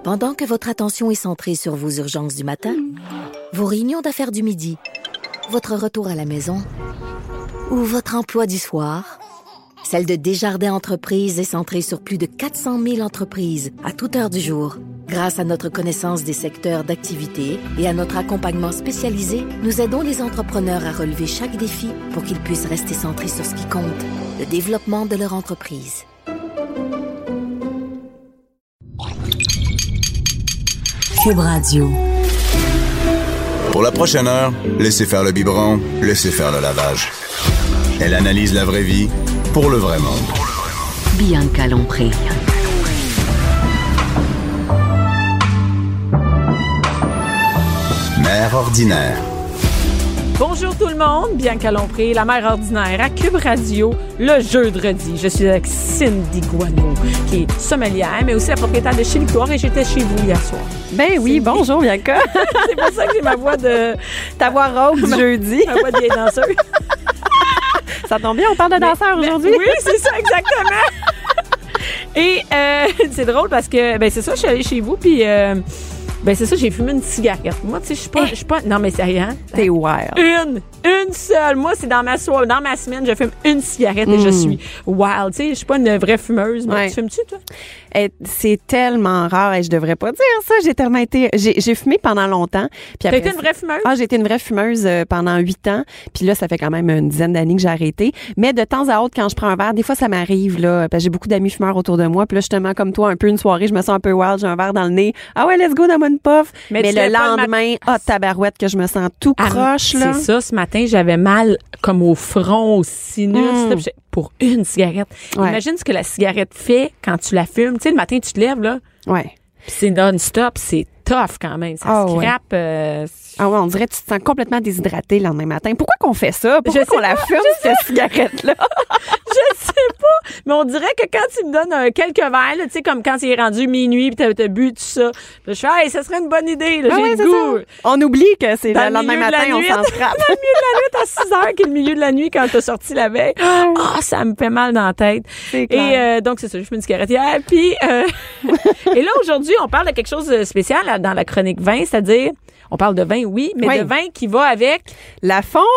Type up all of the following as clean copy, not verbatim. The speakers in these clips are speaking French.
Pendant que votre attention est centrée sur vos urgences du matin, vos réunions d'affaires du midi, votre retour à la maison ou votre emploi du soir, celle de Desjardins Entreprises est centrée sur plus de 400 000 entreprises à toute heure du jour. Grâce à notre connaissance des secteurs d'activité et à notre accompagnement spécialisé, nous aidons les entrepreneurs à relever chaque défi pour qu'ils puissent rester centrés sur ce qui compte, le développement de leur entreprise. Cube Radio. Pour la prochaine heure, laissez faire le biberon, laissez faire le lavage. Elle analyse la vraie vie pour le vrai monde. Bianca Lompré. Mère ordinaire. Bonjour tout le monde, Bianca Lompré, la mère ordinaire à Cube Radio, le jeudi. Je suis avec Cindy Guano, qui est sommelière, mais aussi la propriétaire de Chez Victoire, et j'étais chez vous hier soir. Ben oui, Cindy. Bonjour Bianca. C'est pour ça que j'ai ma voix de... Ta voix rauque du jeudi. Ma voix de vieille danseuse. Ça tombe bien, on parle de danseurs aujourd'hui. Oui, c'est ça, exactement. Et c'est drôle parce que, ben c'est ça, je suis allée chez vous, puis... ben c'est ça, j'ai fumé une cigarette. Moi, tu sais, je suis pas... Non, mais sérieux, hein? T'es wild. Une seule. Moi, c'est dans ma semaine, je fume une cigarette et je suis wild. Tu sais, je suis pas une vraie fumeuse. Mais tu fumes-tu, toi? C'est tellement rare et je devrais pas dire ça. J'ai fumé pendant longtemps. Puis t'as été une vraie fumeuse? Ah, j'ai été une vraie fumeuse pendant 8 ans. Puis là, ça fait quand même une dizaine d'années que j'ai arrêté. Mais de temps à autre, quand je prends un verre, des fois, ça m'arrive, là. Parce que j'ai beaucoup d'amis fumeurs autour de moi. Puis là, justement, comme toi, un peu une soirée, je me sens un peu wild, j'ai un verre dans le nez. Ah ouais, let's go, donne-moi une puff. Mais le lendemain, tabarouette, que je me sens tout croche, là. C'est ça, ce matin, j'avais mal comme au front, au sinus, pour une cigarette. Ouais. Imagine ce que la cigarette fait quand tu la fumes. Tu sais, le matin, tu te lèves, là. Ouais. Puis c'est non-stop, c'est tough quand même. Ça scrape. Ouais. Ah ouais, on dirait que tu te sens complètement déshydraté le lendemain matin. Pourquoi qu'on fait ça? Pourquoi qu'on la fume, cette cigarette-là? Je sais pas. Mais on dirait que quand tu me donnes quelques verres, tu sais, comme quand il est rendu minuit puis t'as bu tout ça, je fais, hey, ça serait une bonne idée, là, j'ai le goût. Ça. On oublie que c'est le lendemain matin, on s'en scrape. Dans le milieu de la nuit, à 6 heures, qui est le milieu de la nuit quand t'as sorti la veille. Ça me fait mal dans la tête. C'est clair. Et donc, c'est ça, j'ai fait une cigarette hier. Puis, et là, aujourd'hui, on parle de quelque chose de spécial dans la chronique vin, c'est-à-dire, on parle de vin, oui, mais de vin qui va avec... La fondue!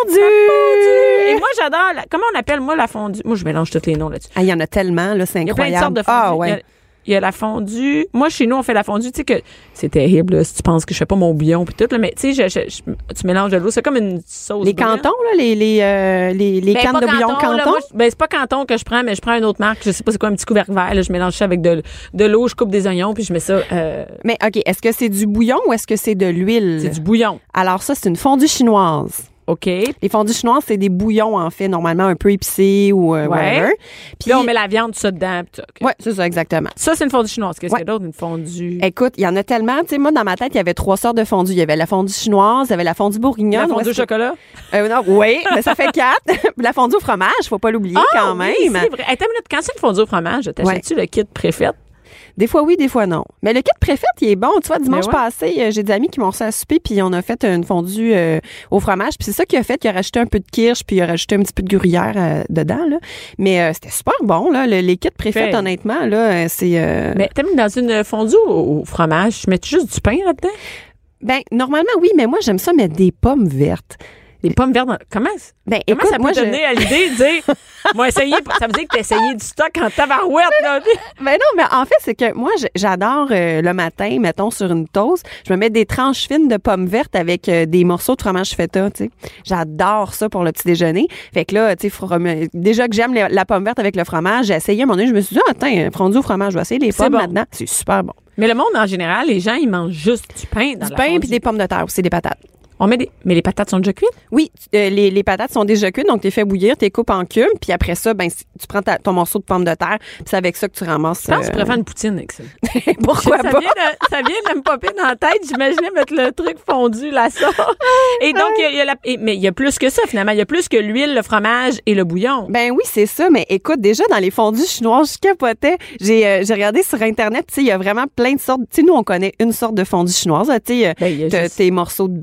Et moi, j'adore... Comment on appelle, moi, la fondue? Moi, je mélange tous les noms là-dessus. Ah, il y en a tellement, là, c'est incroyable. Il y a plein de sortes de fondue. Ah, ouais. Il y a la fondue. Moi, chez nous, on fait la fondue. Tu sais que c'est terrible, là, si tu penses que je fais pas mon bouillon puis tout, là, mais tu sais, tu mélanges de l'eau. C'est comme une sauce. Les cantons, là, les cannes de bouillon canton. Là, moi, c'est pas canton que je prends, mais je prends une autre marque. Je sais pas c'est quoi, un petit couvercle vert. Là, je mélange ça avec de l'eau, je coupe des oignons puis je mets ça. Mais OK, est-ce que c'est du bouillon ou est-ce que c'est de l'huile? C'est du bouillon. Alors ça, c'est une fondue chinoise. OK. Les fondues chinoises, c'est des bouillons, en fait, normalement un peu épicés ou whatever. Puis là, on met la viande, tout ça dedans. Okay. Oui, c'est ça, exactement. Ça, c'est une fondue chinoise. Qu'est-ce qu'il y a d'autre, une fondue? Écoute, il y en a tellement. Tu sais, moi, dans ma tête, il y avait 3 sortes de fondues. Il y avait la fondue chinoise, il y avait la fondue bourguignonne. La fondue au chocolat? Non, oui, mais ça fait 4. La fondue au fromage, faut pas l'oublier quand même. Oui, c'est vrai. Attends une minute, quand c'est une fondue au fromage, t'achètes-tu le kit préfet? Des fois oui, des fois non. Mais le kit préfet, il est bon. Tu vois, dimanche passé, j'ai des amis qui m'ont reçu à souper, puis on a fait une fondue au fromage. Puis c'est ça qu'il a fait. Il a rajouté un peu de kirsch, puis il a rajouté un petit peu de gruyère dedans. Là. Mais c'était super bon. Là. Les kits préfets, honnêtement, là, c'est... Mais t'as mis dans une fondue au fromage, tu mets juste du pain là-dedans? Ben normalement, oui, mais moi, j'aime ça mettre des pommes vertes. Des pommes vertes. Comment ça peut te donner à l'idée de dire, moi, essayer, ça veut dire que t'as essayé du stock en tabarouette, là. Ben non, mais en fait, c'est que moi, j'adore le matin, mettons, sur une toast, je me mets des tranches fines de pommes vertes avec des morceaux de fromage feta, tu sais. J'adore ça pour le petit déjeuner. Fait que là, tu sais, déjà que j'aime la pomme verte avec le fromage, j'ai essayé à un moment donné, je me suis dit, attends, fondue au fromage, je vais essayer les pommes maintenant. C'est super bon. Mais le monde, en général, les gens, ils mangent juste du pain dans la fondue. Du pain puis des pommes de terre aussi, des patates. Mais les patates sont déjà cuites? Oui, les patates sont déjà cuites, donc tu les fais bouillir, tu les coupes en cubes, puis après ça, ben tu prends ton morceau de pomme de terre, puis c'est avec ça que tu ramasses. Je pense que tu pourrais faire une poutine avec ça. Pourquoi pas? Ça vient de me popper dans la tête. J'imaginais mettre le truc fondu là, ça. Et donc, mais il y a plus que ça, finalement. Il y a plus que l'huile, le fromage et le bouillon. Ben oui, c'est ça. Mais écoute, déjà, dans les fondues chinoises, je capotais. J'ai regardé sur Internet, tu sais, il y a vraiment plein de sortes. Tu sais, nous, on connaît une sorte de fondue chinoise. Tu sais, t'as tes morceaux de bœuf, puis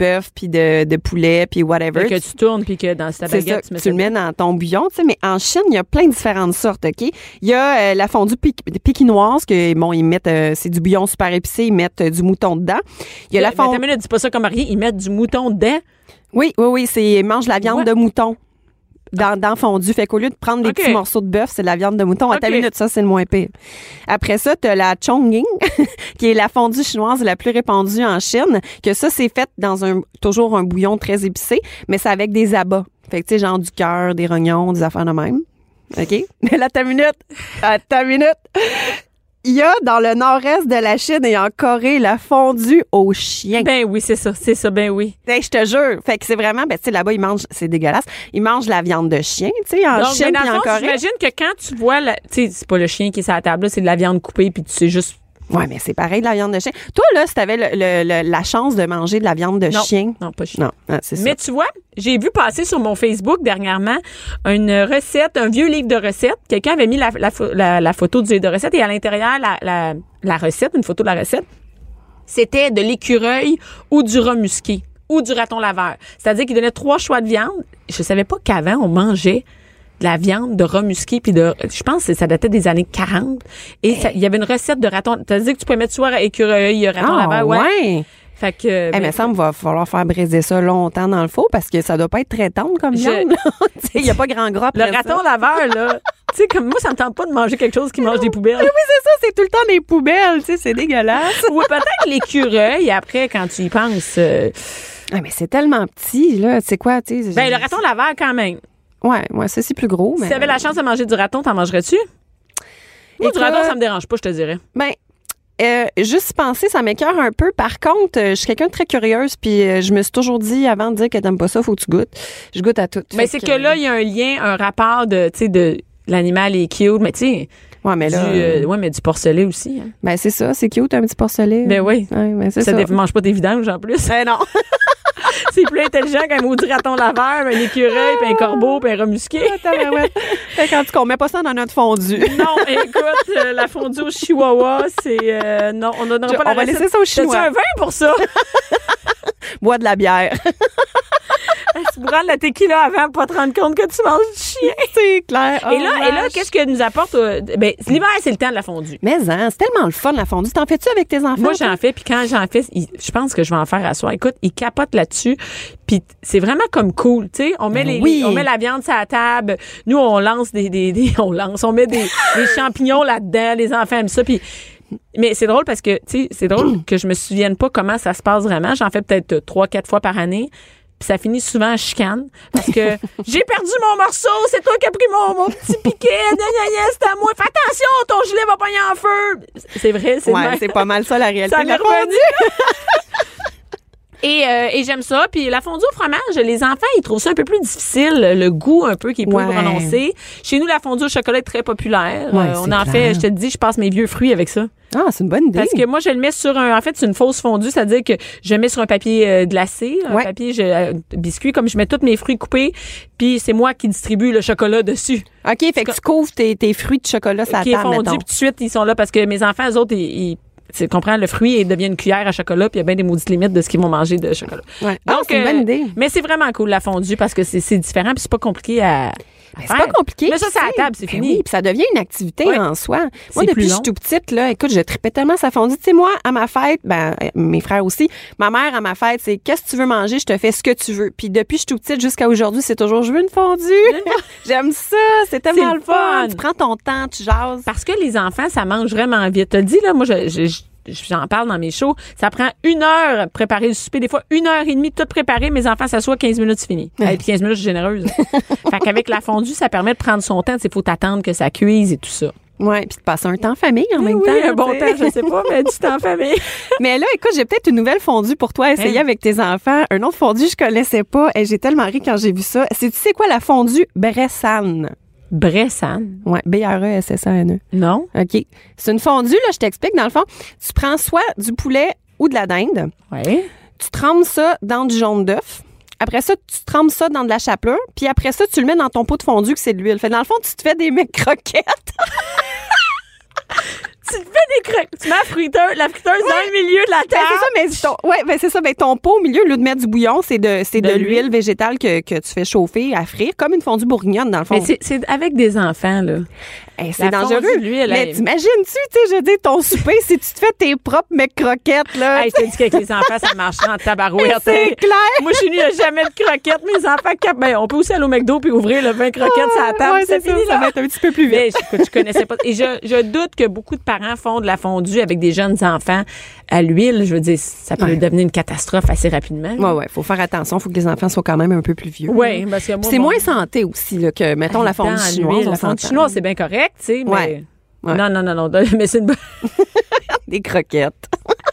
puis de poulet, puis whatever. Que tu tournes, puis que dans ta C'est baguette, ça, tu mets tu le mets dans ton bouillon, tu sais, mais en Chine, il y a plein de différentes sortes, OK? Il y a la fondue pékinoise, que, bon, ils mettent, c'est du bouillon super épicé, ils mettent du mouton dedans. Il y a la fondue... Mais dis pas ça comme rien, ils mettent du mouton dedans. Oui, ils mangent la viande de mouton. Dans fondu. Fait qu'au lieu de prendre des petits morceaux de bœuf, c'est de la viande de mouton. À ta minute, ça, c'est le moins pire. Après ça, t'as la chongqing, qui est la fondue chinoise la plus répandue en Chine, que ça, c'est fait dans toujours un bouillon très épicé, mais c'est avec des abats. Fait que, tu sais, genre du cœur, des rognons, des affaires de même. OK? Mais là, ta minute. Il y a dans le nord-est de la Chine et en Corée la fondue aux chiens. Ben oui, c'est ça, ben oui. Ben, je te jure. Fait que c'est vraiment, ben, tu sais, là-bas, ils mangent, c'est dégueulasse, ils mangent la viande de chien, tu sais, en Donc, Chine et en Corée. J'imagine que quand tu vois, tu sais, c'est pas le chien qui est sur la table, là, c'est de la viande coupée, puis tu sais juste... Ouais, mais c'est pareil de la viande de chien. Toi, là, si t'avais la chance de manger de la viande de chien. Non, pas chien. Non, c'est ça. Mais tu vois, j'ai vu passer sur mon Facebook dernièrement une recette, un vieux livre de recettes. Quelqu'un avait mis la photo du livre de recettes et à l'intérieur, la recette, une photo de la recette, c'était de l'écureuil ou du rat musqué ou du raton laveur. C'est-à-dire qu'il donnait 3 choix de viande. Je savais pas qu'avant, on mangeait de la viande de rat musqué, puis je pense que ça datait des années 40. Et il y avait une recette de raton. C'est-à-dire que tu pouvais mettre soit écureuil, raton laveur. Ouais. Fait que. Mais ça me va falloir faire briser ça longtemps dans le four parce que ça doit pas être très tendre comme viande. Il y a pas grand gras. Le raton laveur, là. Tu sais, comme moi, ça me tente pas de manger quelque chose qui mange des poubelles. Oui, c'est ça, c'est tout le temps des poubelles, tu sais, c'est dégueulasse. Ou peut-être l'écureuil, après, quand tu y penses. Mais c'est tellement petit, là. Tu sais quoi, tu sais. Ben, le raton laveur, quand même. Ouais, ça, c'est plus gros. Si tu avais la chance de manger du raton, t'en mangerais-tu? Moi, du raton, ça me dérange pas, je te dirais. Ben, juste penser, ça m'écoeure un peu. Par contre, je suis quelqu'un de très curieuse, puis je me suis toujours dit, avant de dire que t'aimes pas ça, faut que tu goûtes. Je goûte à tout. Mais c'est que là, il y a un lien, un rapport de, tu sais, de l'animal est cute, mais tu sais. Ouais, mais là. Mais du porcelet aussi. Hein. Ben, c'est ça, c'est cute, un petit porcelet. Ben oui. Ouais, ben, c'est ça. Ça mange pas des vidanges en plus. Non. C'est plus intelligent qu'un maudit raton laveur, un écureuil, puis un corbeau, puis un rat musqué. Fait qu'en tout cas, on met pas ça dans notre fondue. Non, écoute, la fondue au chihuahua, c'est... non, on n'aura pas la On va laisser ça au chinois. T'as-tu un vin pour ça? Bois de la bière. Tu bois de la tequila avant pour pas te rendre compte que tu manges du chien. C'est clair. Et là, qu'est-ce que nous apporte... l'hiver, c'est le temps de la fondue. Mais c'est tellement le fun, la fondue. T'en fais-tu avec tes enfants? Moi, j'en fais, puis quand j'en fais, je pense que je vais en faire à soir. Écoute, ils capotent là-dessus, puis c'est vraiment comme cool, tu sais. On met on met la viande sur la table. Nous, on lance on met des champignons là-dedans. Les enfants aiment ça, puis... Mais c'est drôle parce que, tu sais, c'est drôle que je me souvienne pas comment ça se passe vraiment. J'en fais peut-être 3-4 fois par année. Puis ça finit souvent en chicane parce que j'ai perdu mon morceau, c'est toi qui as pris mon petit piquet, c'est à moi. Fais attention, ton gilet va pogner en feu. C'est vrai, c'est pas mal ça la réalité. Ça m'est revenu. Et j'aime ça. Puis la fondue au fromage, les enfants, ils trouvent ça un peu plus difficile, le goût un peu qui est plus prononcé. Chez nous, la fondue au chocolat est très populaire. On en fait, je te dis, je passe mes vieux fruits avec ça. Ah, c'est une bonne idée. Parce que moi, je le mets sur en fait, c'est une fausse fondue, c'est-à-dire que je le mets sur un papier glacé, un papier biscuit, comme je mets tous mes fruits coupés, puis c'est moi qui distribue le chocolat dessus. OK, fait que tu couvres tes fruits de chocolat sur la table, qui est fondu, puis tout de suite, ils sont là parce que mes enfants, eux autres, tu comprends, le fruit devient une cuillère à chocolat, puis il y a bien des maudites limites de ce qu'ils vont manger de chocolat. Ouais. Donc, c'est une bonne idée. Mais c'est vraiment cool, la fondue, parce que c'est différent, puis c'est pas compliqué à c'est pas compliqué. Mais ça, c'est à la table, c'est fini. Oui, puis ça devient une activité en soi. Moi, depuis que je suis tout petite, là, écoute, je tripais tellement sa fondue. Tu sais, moi, à ma fête, mes frères aussi, ma mère, à ma fête, c'est qu'est-ce que tu veux manger, je te fais ce que tu veux. Puis depuis que je suis tout petite jusqu'à aujourd'hui, c'est toujours, je veux une fondue. J'aime ça. C'est tellement le fun. Tu prends ton temps, tu jases. Parce que les enfants, ça mange vraiment vite. Tu as dit, là, moi, j'en parle dans mes shows, ça prend 1 heure préparer le souper, des fois 1h30 tout préparé, mes enfants s'assoient 15 minutes, c'est fini. Et puis 15 minutes, je suis généreuse. Fait qu'avec la fondue, ça permet de prendre son temps, il faut t'attendre que ça cuise et tout ça. Oui, puis de passer un temps en famille en même temps. Un bon temps, je sais pas, mais du temps en famille. Mais là, écoute, j'ai peut-être une nouvelle fondue pour toi à essayer avec tes enfants. Un autre fondue, je connaissais pas et j'ai tellement ri quand j'ai vu ça. Tu sais quoi, la fondue Bressane? Bressane? Oui, B-R-E-S-S-A-N-E. Non. OK. C'est une fondue, là, je t'explique. Dans le fond, tu prends soit du poulet ou de la dinde. Oui. Tu trempes ça dans du jaune d'œuf. Après ça, tu trempes ça dans de la chapelure. Puis après ça, tu le mets dans ton pot de fondue que c'est de l'huile. Fait dans le fond, tu te fais des mecs croquettes. Tu te fais des croques. Tu mets la friteuse dans le milieu de la table. C'est ça, mais ton pot au milieu, au lieu de mettre du bouillon, c'est de l'huile végétale que tu fais chauffer, à frire, comme une fondue bourguignonne, dans le fond. Mais c'est avec des enfants, là. C'est dangereux. Mais t'imagines-tu, je veux dire, ton souper, si tu te fais tes propres mecs croquettes, là. Je t'ai dit qu'avec les enfants, ça marcherait en tabarouette. C'est clair. Moi, chez nous, il n'y a jamais de croquettes. Mes enfants, on peut aussi aller au McDo puis ouvrir le 20 croquettes sur la table. Ouais, c'est ça, ça va être un petit peu plus vite. Mais je connaissais pas. Et je doute que beaucoup de parents font de la fondue avec des jeunes enfants à l'huile. Je veux dire, ça peut devenir une catastrophe assez rapidement. Ouais, faut faire attention. Faut que les enfants soient quand même un peu plus vieux. Oui, parce que moi, c'est moins santé aussi, là, que, mettons, la fondue chinoise. La fondue chinoise, c'est bien correct, tu sais, mais... Ouais. Non, mais c'est une bonne... Des croquettes.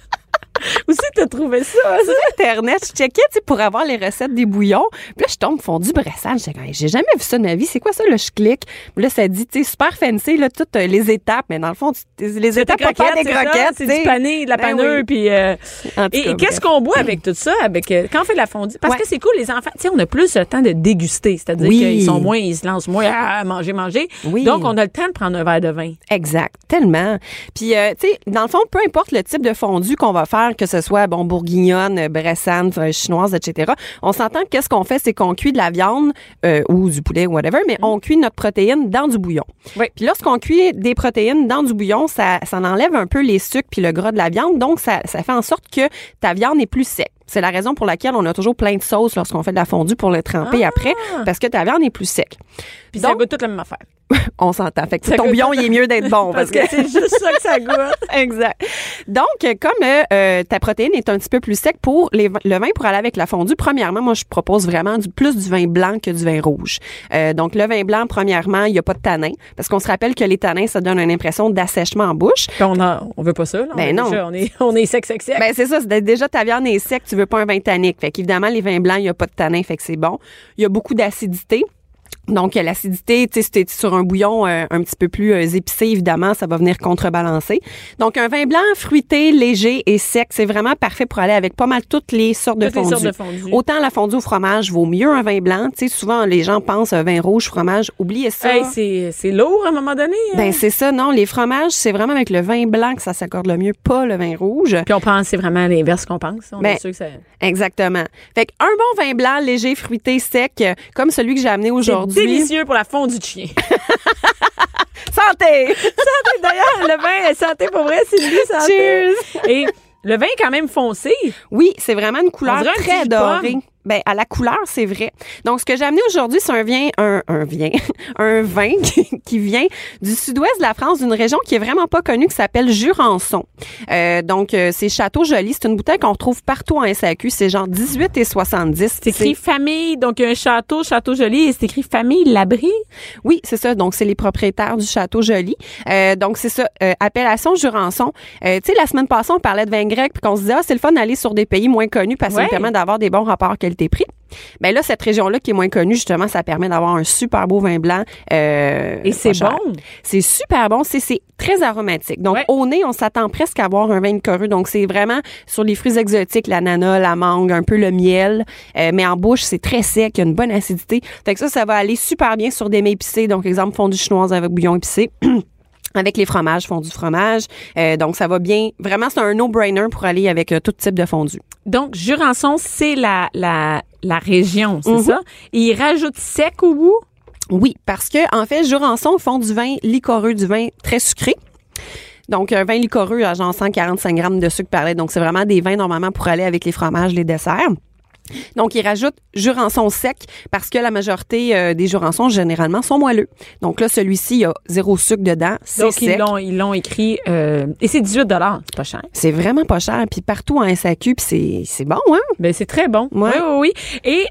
Où c'est que t'as trouvé ça? Sur Internet, je checkais pour avoir les recettes des bouillons. Puis là, je tombe fondue Bressane. J'ai jamais vu ça de ma vie. C'est quoi ça? Là, je clique. Là, ça dit, super fancy, là, toutes les étapes. Mais dans le fond, les étapes pour faire des croquettes. C'est du pané, de la panure. Oui. Puis, et qu'est-ce qu'on boit avec tout ça? Quand on fait de la fondue? Parce que c'est cool, les enfants. Tu sais, on a plus le temps de déguster. C'est-à-dire qu'ils sont moins, ils se lancent moins à manger. Oui. Donc, on a le temps de prendre un verre de vin. Exact. Tellement. Puis, tu sais, dans le fond, peu importe le type de fondue qu'on va faire, que ce soit, bourguignonne, bressane, chinoise, etc. On s'entend que qu'est-ce qu'on fait, c'est qu'on cuit de la viande ou du poulet, whatever, mais on cuit notre protéine dans du bouillon. Oui. Puis lorsqu'on cuit des protéines dans du bouillon, ça enlève un peu les sucres puis le gras de la viande, donc ça fait en sorte que ta viande est plus sec. C'est la raison pour laquelle on a toujours plein de sauce lorsqu'on fait de la fondue pour le tremper après, parce que ta viande est plus sec. Puis donc, ça goûte toute la même affaire. On s'entend. Fait que ton bouillon, il est mieux d'être bon. parce que c'est juste ça que ça goûte. Exact. Donc, comme ta protéine est un petit peu plus sec pour le vin pour aller avec la fondue, premièrement, moi, je propose vraiment plus du vin blanc que du vin rouge. Donc, le vin blanc, premièrement, il n'y a pas de tanin. Parce qu'on se rappelle que les tanins, ça donne une impression d'assèchement en bouche. On veut pas ça, là. Ben non. On est sec. Ben, c'est ça. Déjà, ta viande est sec, tu veux pas un vin tannique. Fait qu'évidemment, les vins blancs, il n'y a pas de tanin, fait que c'est bon. Il y a beaucoup d'acidité. Donc, l'acidité, tu sais, si t'es sur un bouillon un petit peu plus épicé, évidemment, ça va venir contrebalancer. Donc, un vin blanc fruité, léger et sec, c'est vraiment parfait pour aller avec pas mal toutes les sortes de fondue. Autant la fondue au fromage vaut mieux un vin blanc. Tu sais, souvent, les gens pensent vin rouge, fromage. Oubliez ça. Hey, c'est lourd à un moment donné. Hein? Ben, c'est ça, non. Les fromages, c'est vraiment avec le vin blanc que ça s'accorde le mieux, pas le vin rouge. Puis on pense, c'est vraiment l'inverse qu'on pense. On est sûr que ça... Exactement. Fait qu'un bon vin blanc, léger, fruité, sec, comme celui que j'ai amené aujourd'hui. C'est délicieux pour la fondue de chien. Santé! Santé! D'ailleurs, le vin, santé pour vrai, c'est lui, santé. Cheers! Et le vin est quand même foncé. Oui, c'est vraiment une couleur très dorée. Ben, à la couleur, c'est vrai. Donc, ce que j'ai amené aujourd'hui, c'est un vin qui vient du sud-ouest de la France, d'une région qui est vraiment pas connue, qui s'appelle Jurançon. Donc, c'est Château Joli. C'est une bouteille qu'on retrouve partout en SAQ. C'est genre 18,70. C'est écrit famille. Donc, un Château Joli, et c'est écrit famille Labrie. Oui, c'est ça. Donc, c'est les propriétaires du Château Joli. Donc, c'est ça. Appellation Jurançon. Tu sais, la semaine passée, on parlait de vin grec, puis qu'on se disait, c'est le fun d'aller sur des pays moins connus parce que ça nous permet d'avoir des bons rapports qualité-prix. Ben là, cette région-là qui est moins connue, justement, ça permet d'avoir un super beau vin blanc. Et c'est bon. C'est super bon. C'est très aromatique. Donc, au nez, on s'attend presque à avoir un vin de Corue. Donc, c'est vraiment sur les fruits exotiques, l'ananas, la mangue, un peu le miel. Mais en bouche, c'est très sec. Il y a une bonne acidité. Fait que ça va aller super bien sur des mets épicés. Donc, exemple, fondue chinoise avec bouillon épicé. Avec les fromages, fondue fromage. Donc, ça va bien. Vraiment, c'est un no-brainer pour aller avec tout type de fondue. Donc, Jurançon, c'est la région, c'est ça? Et ils rajoutent sec au bout? Oui, parce que en fait, Jurançon font du vin liquoreux, du vin très sucré. Donc, un vin liquoreux à genre 145 grammes de sucre par litre. Donc, c'est vraiment des vins normalement pour aller avec les fromages, les desserts. Donc, ils rajoutent Jurançon sec parce que la majorité des Jurançons, généralement, sont moelleux. Donc là, celui-ci, il y a 0 sucre dedans. C'est sec. Donc, ils l'ont écrit... et c'est 18 $. C'est pas cher. C'est vraiment pas cher. Puis partout en SAQ, puis c'est bon, hein? Ben c'est très bon. Ouais. Oui. Et...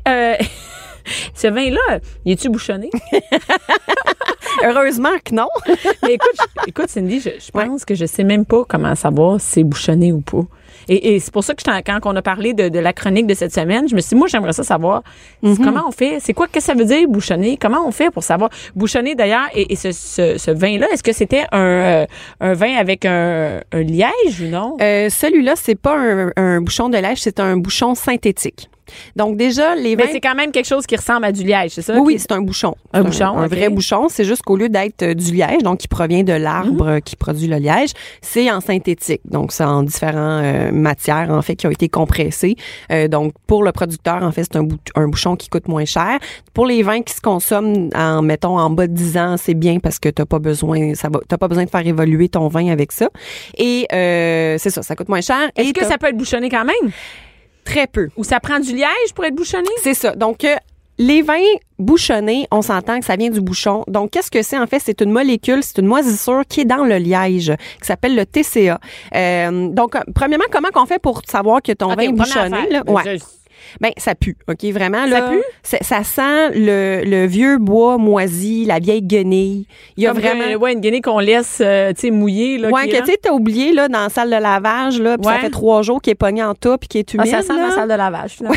ce vin-là, il est-tu bouchonné? Heureusement que non. Mais écoute, Cindy, je pense que je sais même pas comment savoir si c'est bouchonné ou pas. Et c'est pour ça que quand on a parlé de la chronique de cette semaine, je me suis dit, moi, j'aimerais ça savoir comment on fait. C'est quoi que ça veut dire, bouchonner? Comment on fait pour savoir? Bouchonner, d'ailleurs, et ce vin-là, est-ce que c'était un vin avec un liège ou non? Celui-là, c'est pas un bouchon de liège, c'est un bouchon synthétique. Donc, déjà, les vins... Mais c'est quand même quelque chose qui ressemble à du liège, c'est ça? Oui, c'est un bouchon. Un bouchon, Un OK. vrai bouchon. C'est juste qu'au lieu d'être du liège, donc qui provient de l'arbre qui produit le liège, c'est en synthétique. Donc, c'est en différentes matières, en fait, qui ont été compressées. Donc, pour le producteur, en fait, c'est un bouchon qui coûte moins cher. Pour les vins qui se consomment mettons, en bas de 10 ans, c'est bien parce que t'as pas besoin de faire évoluer ton vin avec ça. Et c'est ça coûte moins cher. Est-ce Et que ça peut être bouchonné quand même? Très peu. Ou ça prend du liège pour être bouchonné? C'est ça. Donc, les vins bouchonnés, on s'entend que ça vient du bouchon. Donc, qu'est-ce que c'est? En fait, c'est une molécule, c'est une moisissure qui est dans le liège, qui s'appelle le TCA. Donc, premièrement, comment qu'on fait pour savoir que ton vin est bouchonné? Là? Ouais. Ben, ça pue, OK? Vraiment, là. Ça pue? Ça sent le vieux bois moisi, la vieille guenille. Il y a Comme vraiment... une guenille qu'on laisse, tu sais, mouiller, là. Ouais, qui que est tu sais, t'as oublié, là, dans la salle de lavage, là, puis Ouais. ça fait 3 jours qu'il est pogné en tas puis qu'il est humide, ça sent là. la salle de lavage, finalement.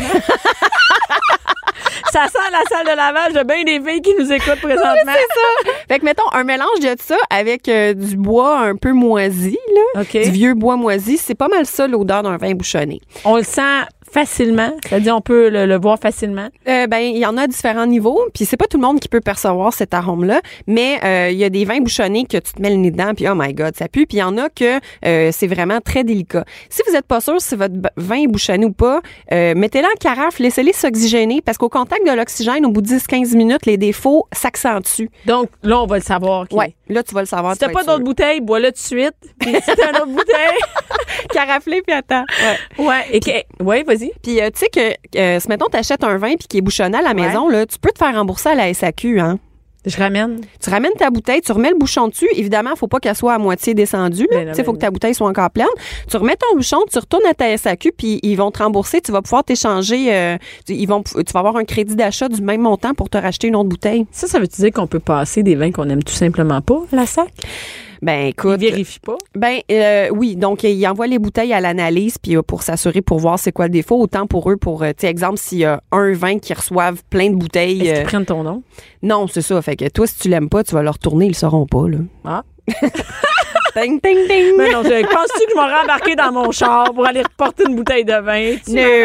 Ça sent la salle de lavage de bien des filles qui nous écoutent présentement. C'est ça. Fait que, mettons, un mélange de ça avec du bois un peu moisi, là. OK. Du vieux bois moisi, c'est pas mal ça, l'odeur d'un vin bouchonné. On le sent facilement. C'est-à-dire, on peut le voir facilement. Ben, il y en a à différents niveaux, puis c'est pas tout le monde qui peut percevoir cet arôme-là, mais il y a des vins bouchonnés que tu te mets le nez dedans, puis oh my God, ça pue, puis il y en a que c'est vraiment très délicat. Si vous êtes pas sûr si votre vin est bouchonné ou pas, mettez-le en carafe, laissez-les s'oxygéner, parce qu'au contact de l'oxygène, au bout de 10-15 minutes, les défauts s'accentuent. Donc, là, on va le savoir. OK. Ouais, là, tu vas le savoir. Si t'as pas d'autres bouteilles, bois-le tout de suite. Puis si t'as une autre bouteille, carafe-les, puis attends. ouais, vas-y. Puis, tu sais que, si, mettons, t'achètes un vin puis qui est bouchonné à la maison, là, tu peux te faire rembourser à la SAQ, hein. Je ramène. Tu ramènes ta bouteille, tu remets le bouchon dessus. Évidemment, faut pas qu'elle soit à moitié descendue. Ben non, Tu sais, faut que ta bouteille soit encore pleine. Tu remets ton bouchon, tu retournes à ta SAQ, puis ils vont te rembourser. Tu vas pouvoir t'échanger. Tu vas avoir un crédit d'achat du même montant pour te racheter une autre bouteille. Ça veut dire qu'on peut passer des vins qu'on aime tout simplement pas à la SAC? Ben, écoute. Ils vérifient pas? Ben, oui. Donc, ils envoient les bouteilles à l'analyse, puis pour s'assurer, pour voir c'est quoi le défaut. Autant pour eux, tu sais, exemple, s'il y a un vin qui reçoivent plein de bouteilles. Est-ce qu'ils prennent ton nom? Non, c'est ça. Fait que toi, si tu l'aimes pas, tu vas le retourner, ils le sauront pas, là. Ah. Ding, ding, ding. Mais non, penses-tu que je m'aurais embarqué dans mon char pour aller reporter une bouteille de vin?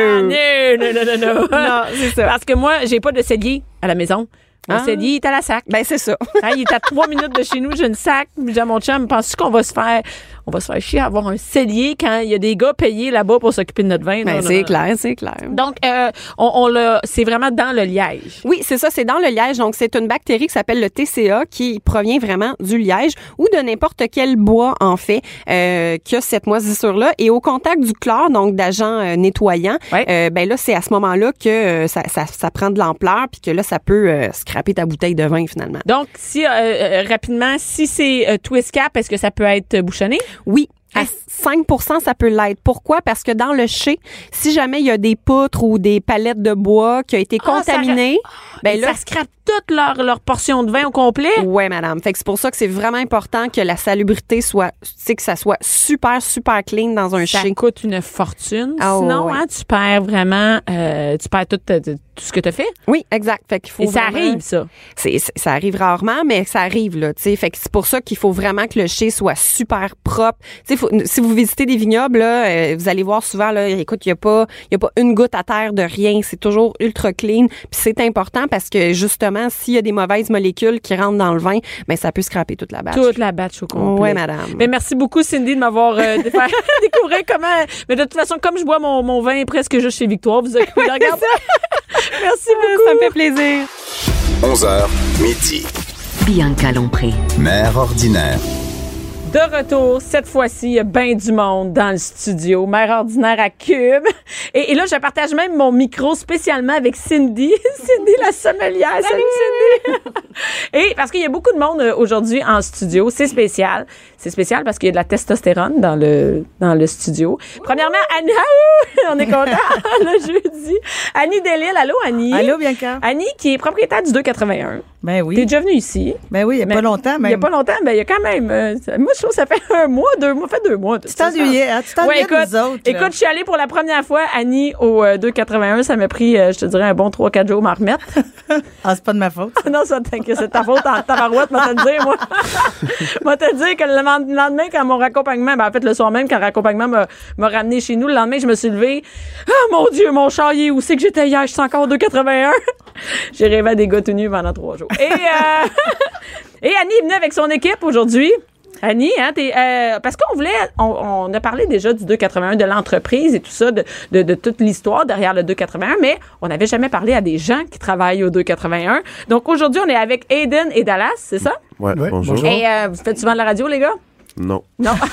Non. Non, c'est ça. Parce que moi, j'ai pas de cellier à la maison. Mon cellier est à la SAC. Ben, c'est ça. Hein, il est à 3 minutes de chez nous, j'ai une SAC. J'ai dit à mon chum, penses-tu qu'on va se faire chier à avoir un cellier quand il y a des gars payés là-bas pour s'occuper de notre vin? Ben, Non, c'est non. clair, c'est clair. Donc, c'est vraiment dans le liège. Oui, c'est ça, c'est dans le liège. Donc, c'est une bactérie qui s'appelle le TCA qui provient vraiment du liège ou de n'importe quel bois, en fait, qui a cette moisissure-là. Et au contact du chlore, donc d'agents nettoyants, Ouais. ben là, c'est à ce moment-là que ça prend de l'ampleur puis que là, ça peut scraper ta bouteille de vin, finalement. Donc, si rapidement, si c'est twist cap, est-ce que ça peut être bouchonné? Oui. À 5%, ça peut l'être. Pourquoi? Parce que dans le chai, si jamais il y a des poutres ou des palettes de bois qui ont été contaminées, ben là, ça scrape toute leur portion de vin au complet? ouais, madame. Fait que c'est pour ça que c'est vraiment important que la salubrité soit, tu sais, que ça soit super, super clean dans un Ça chai. coûte une fortune. Ah, Sinon, ouais. hein, tu perds vraiment, tu perds tout ce que tu as fait. Oui, exact. Fait qu'il faut Et ça vraiment- arrive, ça. Ça arrive rarement, mais ça arrive, là, tu sais. Fait que c'est pour ça qu'il faut vraiment que le chai soit super propre. Tu sais, si vous visitez des vignobles, là, vous allez voir souvent, là, écoute, il y a pas une goutte à terre de rien. C'est toujours ultra clean. Puis c'est important parce que, justement, s'il y a des mauvaises molécules qui rentrent dans le vin, ben ça peut scraper toute la batch. Toute la batch au complet. Ouais, madame. Mais merci beaucoup, Cindy, de m'avoir fait découvrir comment. Mais de toute façon, comme je bois mon vin presque juste chez Victoire, vous occupez de regarder. Merci beaucoup. Ça me fait plaisir. 11h, midi. Bianca Lompré. Mère ordinaire. De retour, cette fois-ci, il y a bien du monde dans le studio. Mère ordinaire à Cube. Et là, je partage même mon micro spécialement avec Cindy. Cindy, la sommelière. Salut Cindy! Et parce qu'il y a beaucoup de monde aujourd'hui en studio. C'est spécial. C'est spécial parce qu'il y a de la testostérone dans le studio. Premièrement, Annie, on est content le jeudi. Annie Delisle. Allô, Annie? Allô, Bianca? Annie, qui est propriétaire du 281. Ben oui. T'es déjà venue ici. Ben oui, il n'y a pas longtemps, Il même. n'y a pas longtemps, mais il y a quand même... moi, show, ça fait 1 mois, 2 mois, fait 2 mois. Tu t'ennuyais, hein? Tu t'ennuyais de nous autres. là. Écoute, je suis allée pour la première fois, Annie, au 2,81. Ça m'a pris, je te dirais, un bon 3-4 jours à m'en remettre. Ah, c'est pas de ma faute. Non, ça, t'inquiète, c'est ta faute en tabarouette, moi te le dire, moi. Moi te dire que le lendemain, quand mon raccompagnement, en fait, le soir même, quand le raccompagnement m'a ramené chez nous, le lendemain, je me suis levée. Ah, mon Dieu, mon char, il est où c'est que j'étais hier? Je suis encore 2,81. J'ai rêvé à des gars tout nus pendant 3 jours. Et Annie est venue avec son équipe aujourd'hui. Annie, hein, parce qu'on voulait, on a parlé déjà du 2,81, de l'entreprise et tout ça, de toute l'histoire derrière le 2,81, mais on n'avait jamais parlé à des gens qui travaillent au 2,81. Donc aujourd'hui, on est avec Aiden et Dallas, c'est ça? Ouais, bonjour. Et vous faites souvent de la radio, les gars? Non.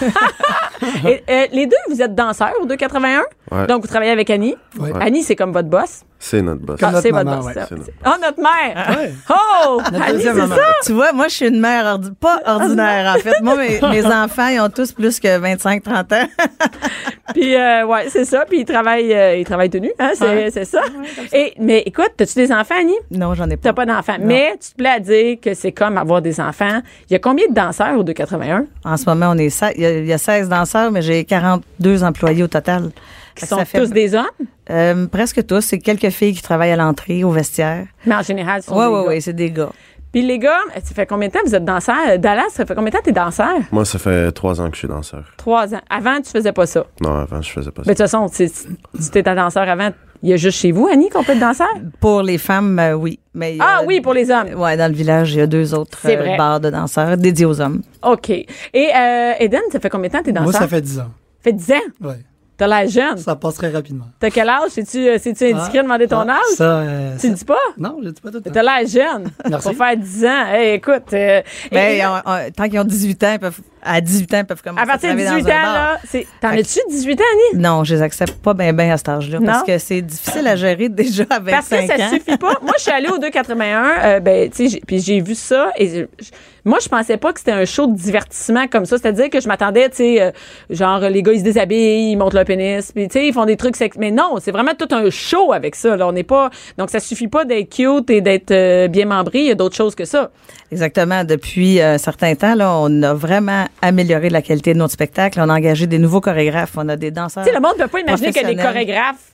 Et, les deux, vous êtes danseurs au 2,81? Ouais. Donc vous travaillez avec Annie? Ouais. C'est c'est comme votre boss? C'est notre boss. Comme notre c'est maman, votre boss. ouais. Ça. C'est notre- Oh, notre mère! Ouais. Oh! Notre Annie, deuxième c'est maman. ça? Tu vois, moi, je suis une mère pas ordinaire, en fait. Moi, mes enfants, ils ont tous plus que 25-30 ans. Puis, ouais, c'est ça. Puis, ils travaillent tenus, hein, c'est ça. Mais écoute, as-tu des enfants, Annie? Non, j'en ai pas. T'as pas d'enfants. Mais tu te plais à dire que c'est comme avoir des enfants. Il y a combien de danseurs au 2,81? En ce moment, on est il y a 16 danseurs, mais j'ai 42 employés au total. Qui sont tous des hommes? Presque tous. C'est quelques filles qui travaillent à l'entrée, au vestiaire. Mais en général, ce sont des gars. Oui, c'est des gars. Puis les gars, ça fait combien de temps que vous êtes danseurs? Dallas, ça fait combien de temps que t'es danseur? Moi, ça fait 3 ans que je suis danseur. 3 ans. Avant, tu faisais pas ça. Non, avant, je faisais pas ça. Mais de toute façon, si t'étais danseur avant, il y a juste chez vous, Annie, qu'on peut être danseur? Pour les femmes, oui. Mais il y a- Oui, pour les hommes. Ouais, dans le village, il y a 2 autres C'est vrai. bars de danseurs dédiés aux hommes. OK. Et Eden, ça fait combien de temps que t'es danseur? Moi, ça fait 10 ans. Ça fait 10 ans. Ouais. T'as l'air jeune. Ça passe très rapidement. T'as quel âge? C'est-tu indiscret de demander ton âge? Ça, Tu le dis pas? Non, je le dis pas tout le temps. T'as l'air jeune. Merci. Pour faire 10 ans. Hey, écoute. Mais tant qu'ils ont 18 ans, à 18 ans, ils peuvent commencer à partir de travailler 18 ans, dans un bar. là, t'en as-tu 18 ans, Annie? Non, je les accepte pas bien à cet âge-là. Non? Parce que c'est difficile à gérer déjà à 25 Parce que ça ans. suffit pas. Moi, je suis allée au 2,81, tu sais, puis j'ai vu ça et moi, je pensais pas que c'était un show de divertissement comme ça. C'est-à-dire que je m'attendais, tu sais, genre, les gars, ils se déshabillent, ils montent leur pénis, puis tu sais, ils font des trucs sexy. Mais non, c'est vraiment tout un show avec ça, là. On n'est pas, donc ça suffit pas d'être cute et d'être bien membré. Il y a d'autres choses que ça. Exactement. Depuis un certain temps, là, on a vraiment amélioré la qualité de notre spectacle. On a engagé des nouveaux chorégraphes. On a des danseurs. Tu sais, le monde peut pas imaginer qu'il y a des professionnels. chorégraphes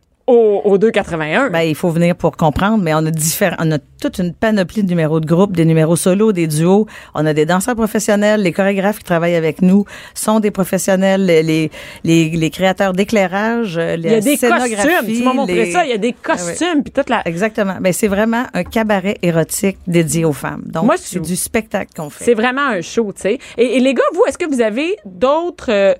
au 2,81. Ben, il faut venir pour comprendre, mais on a toute une panoplie de numéros de groupe, des numéros solo, des duos. On a des danseurs professionnels, les chorégraphes qui travaillent avec nous sont des professionnels, les créateurs d'éclairage, il y a des scénographies, costumes. Tu m'as montré ça. Il y a des costumes puis toute la. Exactement. Ben, c'est vraiment un cabaret érotique dédié aux femmes. Donc, Moi, c'est du spectacle qu'on fait. C'est vraiment un show, tu sais. Et les gars, vous, est-ce que vous avez d'autres...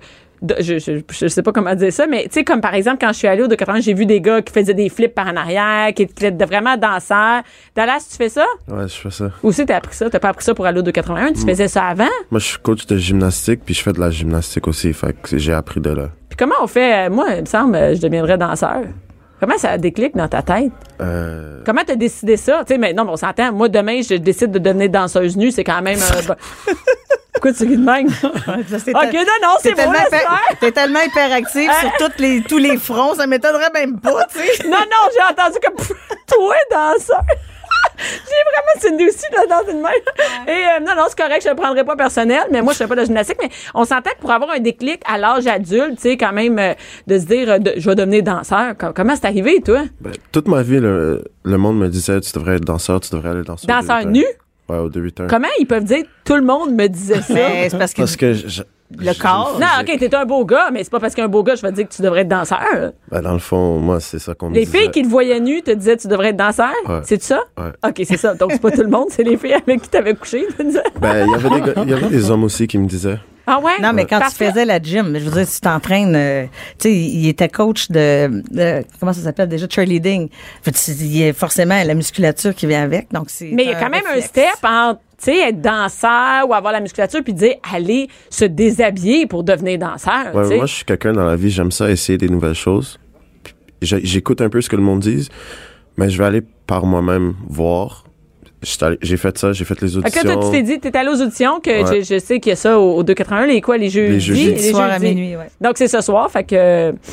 je sais pas comment dire ça, mais tu sais, comme par exemple, quand je suis allée au 2,81, j'ai vu des gars qui faisaient des flips par en arrière, qui étaient vraiment danseurs. Dallas, tu fais ça? Ouais, je fais ça. Où c'est t'as appris ça? T'as pas appris ça pour aller au 2,81? Tu faisais ça avant? Moi, je suis coach de gymnastique, puis je fais de la gymnastique aussi. Fait que j'ai appris de là. Puis comment on fait? Moi, il me semble, je deviendrais danseur. Comment ça déclic dans ta tête? Comment t'as décidé ça? Tu sais, mais non, mais on s'entend. Moi, demain, je décide de devenir danseuse nue. C'est quand même... Pourquoi tu ris de même? OK, non, c'est bon, T'es tellement hyperactif sur tous les fronts, ça m'étonnerait même pas, tu sais. Non, j'ai entendu comme toi, danseur. J'ai vraiment Cindy aussi là, dans une main. Et non, c'est correct, je le prendrai pas personnel, mais moi, je fais pas de gymnastique. Mais on s'entend que pour avoir un déclic à l'âge adulte, tu sais, quand même, de se dire, je vais devenir danseur. Comment c'est arrivé, toi? Ben, toute ma vie, le monde me disait, tu devrais être danseur, tu devrais aller danser. Danseur nu? Ouais, au 2,81. Comment ils peuvent dire, tout le monde me disait ça? Mais c'est parce que le corps. Non, OK, t'es un beau gars, mais c'est pas parce qu'un beau gars, je vais te dire que tu devrais être danseur. Ben, dans le fond, moi, c'est ça qu'on me Les disait. filles qui te voyaient nu te disaient tu devrais être danseur? Ouais. C'est ça? Ouais. OK, c'est ça. Donc, c'est pas tout le monde, c'est les filles avec qui t'avais couché, tu disais. Ben, il y avait des hommes aussi qui me disaient. Ah ouais? Non, mais quand Parfait. tu faisais la gym, je veux dire, si tu t'entraînes, tu sais, il était coach de comment ça s'appelle déjà, cheerleading. Fait, il y a forcément la musculature qui vient avec, donc c'est. Mais il y a quand même un réflexe. step entre, tu sais, être danseur ou avoir la musculature puis dire aller se déshabiller pour devenir danseur, Ouais, tu sais. moi, je suis quelqu'un dans la vie, j'aime ça, essayer des nouvelles choses. Puis j'écoute un peu ce que le monde dit, mais je vais aller par moi-même voir. J'ai fait ça, j'ai fait les auditions. Fait que là, toi, tu t'es dit, t'es allé aux auditions, que Ouais. je sais qu'il y a ça au 2,81, les jeudis? Les soirs à minuit, ouais. Donc, c'est ce soir, fait que...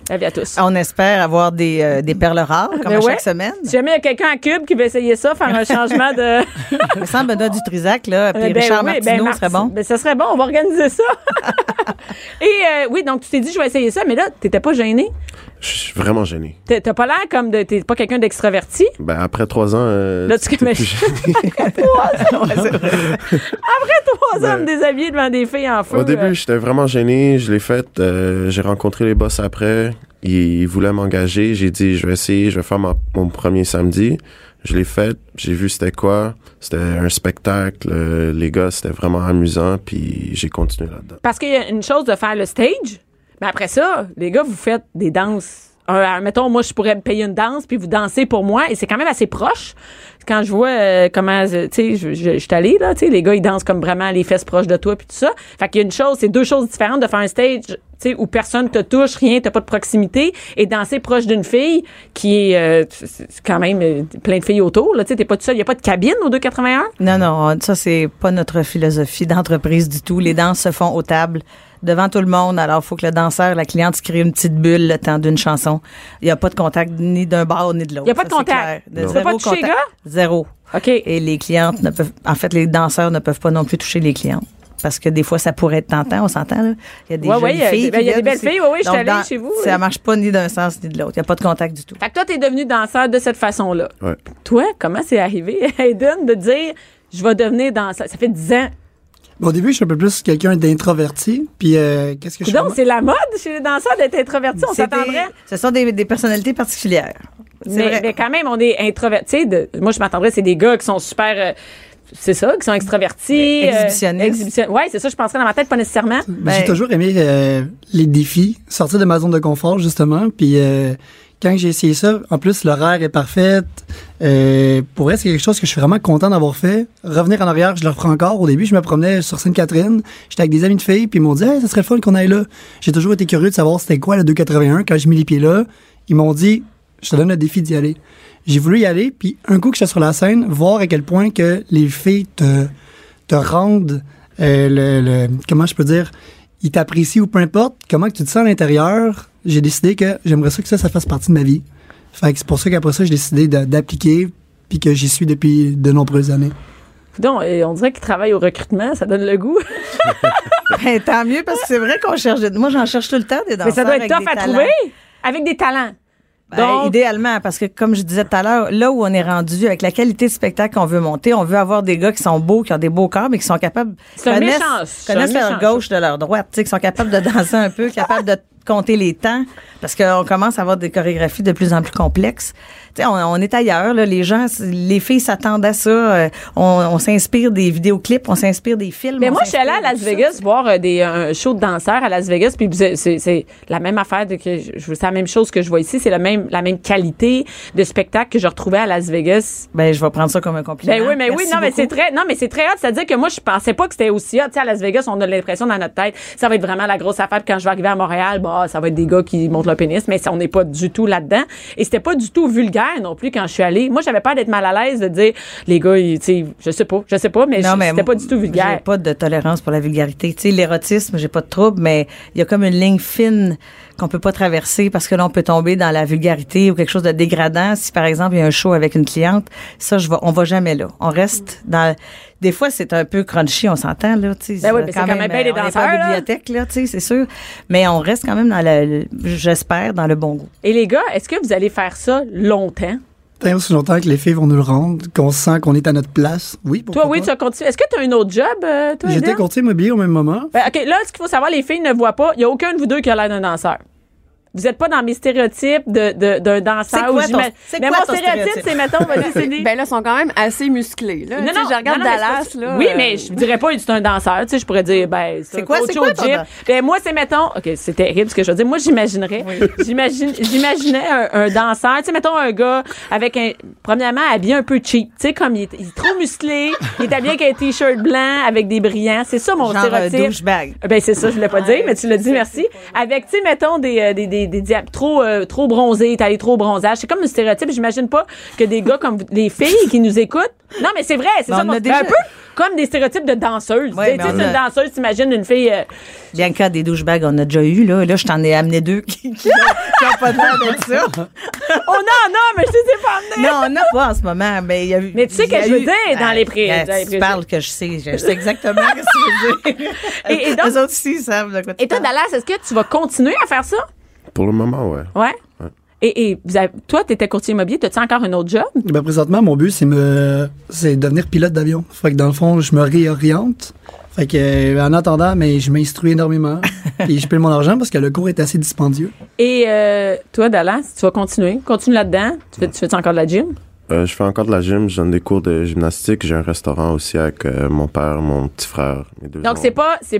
La vie à tous. On espère avoir des perles rares, comme à chaque semaine. Si jamais il y a quelqu'un à Cube qui veut essayer ça, faire un changement de... Sans Benoît Dutrisac, là, puis Richard Martineau serait bon. Ben, ça serait bon, on va organiser ça. Et oui, donc tu t'es dit, je vais essayer ça, mais là, t'étais pas gêné? Je suis vraiment gêné. T'as pas l'air comme t'es pas quelqu'un d'extraverti? Ben, après 3 ans, là, tu t'es plus gêné. Après 3 ans, me déshabiller devant des filles en feu. Au début, j'étais vraiment gêné. Je l'ai fait. J'ai rencontré les boss après. Ils voulaient m'engager. J'ai dit, je vais essayer. Je vais faire mon premier samedi. Je l'ai fait. J'ai vu c'était quoi. C'était un spectacle. Les gars, c'était vraiment amusant. Puis j'ai continué là-dedans. Parce qu'il y a une chose de faire le stage. Mais après ça, les gars, vous faites des danses. Mettons, moi, je pourrais me payer une danse puis vous dansez pour moi. Et c'est quand même assez proche. Quand je vois comment, tu sais, je suis allée, là, tu sais, les gars, ils dansent comme vraiment les fesses proches de toi puis tout ça. Fait qu'il y a une chose, c'est 2 choses différentes de faire un stage, tu sais, où personne te touche, rien, t'as pas de proximité, et danser proche d'une fille qui est quand même plein de filles autour, là, tu sais, t'es pas tout seul. Il y a pas de cabine au 281? Non, ça, c'est pas notre philosophie d'entreprise du tout. Les danses se font aux tables, devant tout le monde. Alors, il faut que le danseur, la cliente, se crée une petite bulle le temps d'une chanson. Il n'y a pas de contact ni d'un bar ni de l'autre. Il n'y a pas de contact. Tu peux pas toucher les gars? Zéro. OK. Et les clientes ne peuvent... En fait, les danseurs ne peuvent pas non plus toucher les clientes. Parce que des fois, ça pourrait être tentant, on s'entend, là. Il y a des jolies filles. Il y a des belles filles, oui, je suis allée chez vous. Ça marche pas ni d'un sens ni de l'autre. Il n'y a pas de contact du tout. Fait que toi, t'es devenu danseur de cette façon-là. Ouais. Toi, comment c'est arrivé, Hayden, de dire, je vais devenir danseur? Ça fait 10 ans. Bon, au début, je suis un peu plus quelqu'un d'introverti. Puis, qu'est-ce que je fais? Donc, c'est la mode chez les danseurs d'être introverti. On s'attendrait. Ce sont des personnalités particulières. Mais quand même, on est introverti. Moi, je m'attendrais, c'est des gars qui sont super. C'est ça, qui sont extravertis. Exhibitionnistes. Oui, c'est ça, je penserais dans ma tête, pas nécessairement. J'ai toujours aimé les défis, sortir de ma zone de confort, justement. Puis, quand j'ai essayé ça, en plus, l'horaire est parfait. Pour elle, c'est quelque chose que je suis vraiment content d'avoir fait. Revenir en arrière, je le reprends encore. Au début, je me promenais sur Sainte-Catherine. J'étais avec des amis de filles, puis ils m'ont dit « Hey, ça serait le fun qu'on aille là. » J'ai toujours été curieux de savoir c'était quoi le 281. Quand j'ai mis les pieds là, ils m'ont dit « Je te donne le défi d'y aller. » J'ai voulu y aller, puis un coup que j'étais sur la scène, voir à quel point que les filles te rendent comment je peux dire, ils t'apprécient ou peu importe, comment que tu te sens à l'intérieur, j'ai décidé que j'aimerais ça que ça fasse partie de ma vie. Fait que c'est pour ça qu'après ça, j'ai décidé d'appliquer, puis que j'y suis depuis de nombreuses années. Donc, on dirait qu'ils travaillent au recrutement, ça donne le goût. Tant mieux, parce que c'est vrai qu'on cherche... Moi, j'en cherche tout le temps des danseurs. Mais ça doit être tough à talents. trouver, avec des talents. Donc, idéalement, parce que comme je disais tout à l'heure, là où on est rendu, avec la qualité de spectacle qu'on veut monter, on veut avoir des gars qui sont beaux, qui ont des beaux corps, mais qui sont capables... connaissent leur gauche de leur droite, tu sais, qui sont capables de danser un peu, capables de compter les temps, parce qu'on commence à avoir des chorégraphies de plus en plus complexes. Tu sais, on est ailleurs, là, les gens, les filles s'attendent à ça. On s'inspire des vidéoclips, on s'inspire des films. Mais moi, je suis allée à Las Vegas voir un show de danseurs à Las Vegas, puis c'est la même affaire c'est la même chose que je vois ici, c'est la même qualité de spectacle que je retrouvais à Las Vegas. Ben, je vais prendre ça comme un compliment. Ben oui, mais oui, non, mais c'est très hot, c'est-à-dire que moi, je pensais pas que c'était aussi hot. Tu sais, à Las Vegas, on a l'impression dans notre tête, ça va être vraiment la grosse affaire, puis quand je vais arriver à Montréal, ça va être des gars qui montent leur pénis, mais on n'est pas du tout là-dedans. Et c'était pas du tout vulgaire non plus quand je suis allée. Moi, j'avais peur d'être mal à l'aise de dire, les gars, tu sais, je sais pas, mais c'était pas du tout vulgaire. J'ai pas de tolérance pour la vulgarité. Tu sais, l'érotisme, j'ai pas de trouble, mais il y a comme une ligne fine qu'on peut pas traverser parce que là, on peut tomber dans la vulgarité ou quelque chose de dégradant. Si, par exemple, il y a un show avec une cliente, ça, on va jamais là. On reste dans... Des fois, c'est un peu crunchy, on s'entend, là, tu sais. Ben oui, mais c'est quand même bien les danseurs, on est pas à la bibliothèque, là, tu sais, c'est sûr. Mais on reste quand même j'espère, dans le bon goût. Et les gars, est-ce que vous allez faire ça longtemps? Tant aussi longtemps que les filles vont nous le rendre, qu'on sent qu'on est à notre place. Oui, pourquoi toi, oui, pas? tu as continué. Est-ce que tu as un autre job, toi, J'étais courtier immobilier au même moment. Ben, OK, là, ce qu'il faut savoir, les filles ne voient pas. Il n'y a aucun de vous deux qui a l'air d'un danseur. Vous n'êtes pas dans mes stéréotypes d'un danseur. C'est quoi ton stéréotype? C'est, mettons, vas-y, Cindy. Ben là, ils sont quand même assez musclés. Là. Non, je regarde Dallas. Là, oui, mais je dirais pas que c'est un danseur. Tu sais, je pourrais dire, c'est quoi, coach au gym. Ben, moi, c'est, mettons, OK, c'est terrible ce que je veux dire. Moi, j'imaginerais. J'imaginais un danseur. Tu sais, mettons un gars avec premièrement, habillé un peu cheap. Tu sais, comme il est trop musclé. Il est habillé avec un t-shirt blanc, avec des brillants. C'est ça, mon stéréotype. Douchebag. Ben, c'est ça, je voulais pas dire, mais tu l'as dit, merci. Avec, tu sais, mettons, des trop bronzés, t'as les trop bronzage. C'est comme un stéréotype. J'imagine pas que des gars comme les filles qui nous écoutent. Non, mais c'est vrai, c'est ça. On a déjà... Un peu comme des stéréotypes de danseuses. Ouais, Tu sais, une danseuse, t'imagines une fille. Bianca, des douchebags, on a déjà eu, là. Là, je t'en ai amené 2 qui ont pas de l'air d'être ça. On en a, mais je les ai pas amenés. Non, on n'a pas en ce moment. Mais tu sais que je veux dire dans les prix. Tu parles que je sais exactement ce que tu veux dire. Et donc, les autres aussi savent de quoi tu et toi, parles. Dallas, est-ce que tu vas continuer à faire ça? Pour le moment, ouais. Ouais. Et toi, tu étais courtier immobilier, as-tu encore un autre job? Ben, présentement, mon but, c'est devenir pilote d'avion. Fait que dans le fond, je me réoriente. Fait que, en attendant, mais je m'instruis énormément. Puis je paye mon argent parce que le cours est assez dispendieux. Et toi, Dallas, tu vas continuer? Continue là-dedans? Tu fais encore de la gym? Je fais encore de la gym, je donne des cours de gymnastique. J'ai un restaurant aussi avec mon père, mon petit frère, mes 2 Donc, oncles. c'est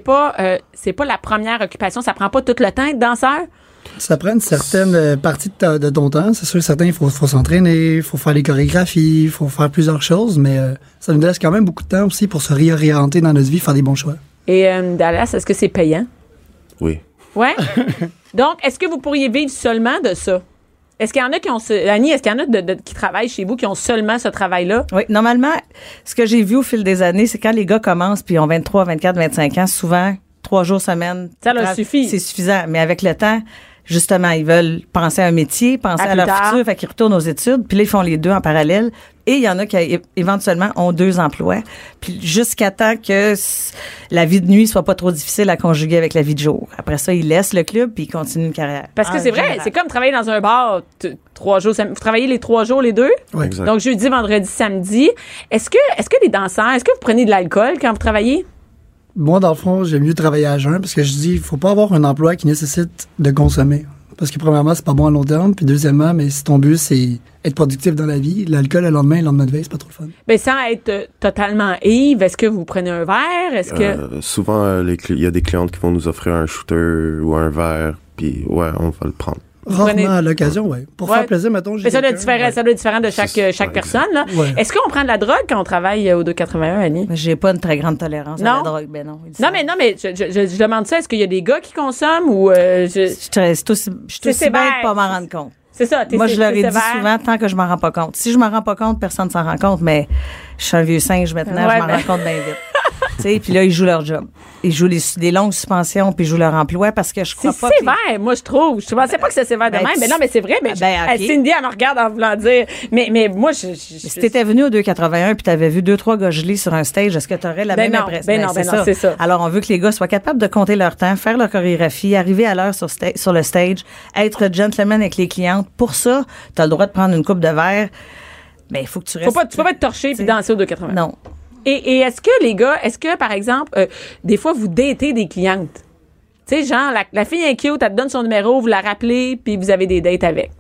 pas la première occupation. Ça prend pas tout le temps être danseur? Ça prend une certaine partie de ton temps. C'est sûr, certains, il faut s'entraîner, il faut faire les chorégraphies, il faut faire plusieurs choses, mais ça nous laisse quand même beaucoup de temps aussi pour se réorienter dans notre vie, faire des bons choix. Et Dallas, est-ce que c'est payant? Oui. Ouais? Donc, est-ce que vous pourriez vivre seulement de ça? Est-ce qu'il y en a qui ont... Annie, est-ce qu'il y en a qui travaillent chez vous qui ont seulement ce travail-là? Oui, normalement, ce que j'ai vu au fil des années, c'est quand les gars commencent puis ils ont 23, 24, 25 ans, souvent, 3 jours semaine. Ça leur suffit. C'est suffisant. Mais avec le temps, justement, ils veulent penser à un métier, penser à leur futur, fait qu'ils retournent aux études, puis là, ils font les 2 en parallèle. Et il y en a qui, éventuellement, ont 2 emplois. Puis jusqu'à temps que la vie de nuit soit pas trop difficile à conjuguer avec la vie de jour. Après ça, ils laissent le club, puis ils continuent une carrière. Parce que c'est vrai, c'est comme travailler dans un bar 3 jours. Vous travaillez les 3 jours, les 2? Oui. Exact. Donc, jeudi, vendredi, samedi. Est-ce que les danseurs, est-ce que vous prenez de l'alcool quand vous travaillez? Moi, dans le fond, j'aime mieux travailler à jeun parce que je dis, il faut pas avoir un emploi qui nécessite de consommer. Parce que premièrement, c'est pas bon à long terme. Puis deuxièmement, mais si ton but, c'est être productif dans la vie, l'alcool le lendemain de veille, c'est pas trop le fun. Ben, sans être totalement ivre, est-ce que vous prenez un verre? Est-ce que... Souvent, il y a des clientes qui vont nous offrir un shooter ou un verre, puis ouais, on va le prendre. Rarement à l'occasion, oui. Pour faire plaisir, mettons, j'ai Mais ça doit quelqu'un, être différent de chaque personne, là. Ouais. Est-ce qu'on prend de la drogue quand on travaille au 281, Annie? J'ai pas une très grande tolérance à Non. la drogue, ben non. Non, mais je demande ça. Est-ce qu'il y a des gars qui consomment ou Je suis aussi sévère. bête de pas m'en rendre compte. C'est ça. Moi, je leur ai dit sévère. souvent, tant que je m'en rends pas compte. Si je m'en rends pas compte, personne s'en rend compte, mais je suis un vieux singe maintenant, Ouais, je m'en rends compte bien vite. Tu sais, puis là, ils jouent leur job. Ils jouent des longues suspensions, puis ils jouent leur emploi parce que je crois C'est pas sévère, moi, je trouve. Je pensais pas que c'est sévère de Ben, même. Mais non, mais c'est vrai. Mais ben, ok. Cindy, elle me regarde en voulant dire. Mais moi, Si t'étais venu au 281 puis t'avais vu 2-3 gars gelés sur un stage, est-ce que t'aurais la Ben même non, impression? ben non, c'est ça. Alors, on veut que les gars soient capables de compter leur temps, faire leur chorégraphie, arriver à l'heure sur le stage, être gentleman avec les clientes. Pour ça, t'as le droit de prendre une coupe de verre. Mais il faut que tu restes... tu peux pas être torché puis danser au 281. Non. Et est-ce que les gars, par exemple, des fois, vous datez des clientes? Tu sais, genre, la fille est cute, elle te donne son numéro, vous la rappelez, puis vous avez des dates avec.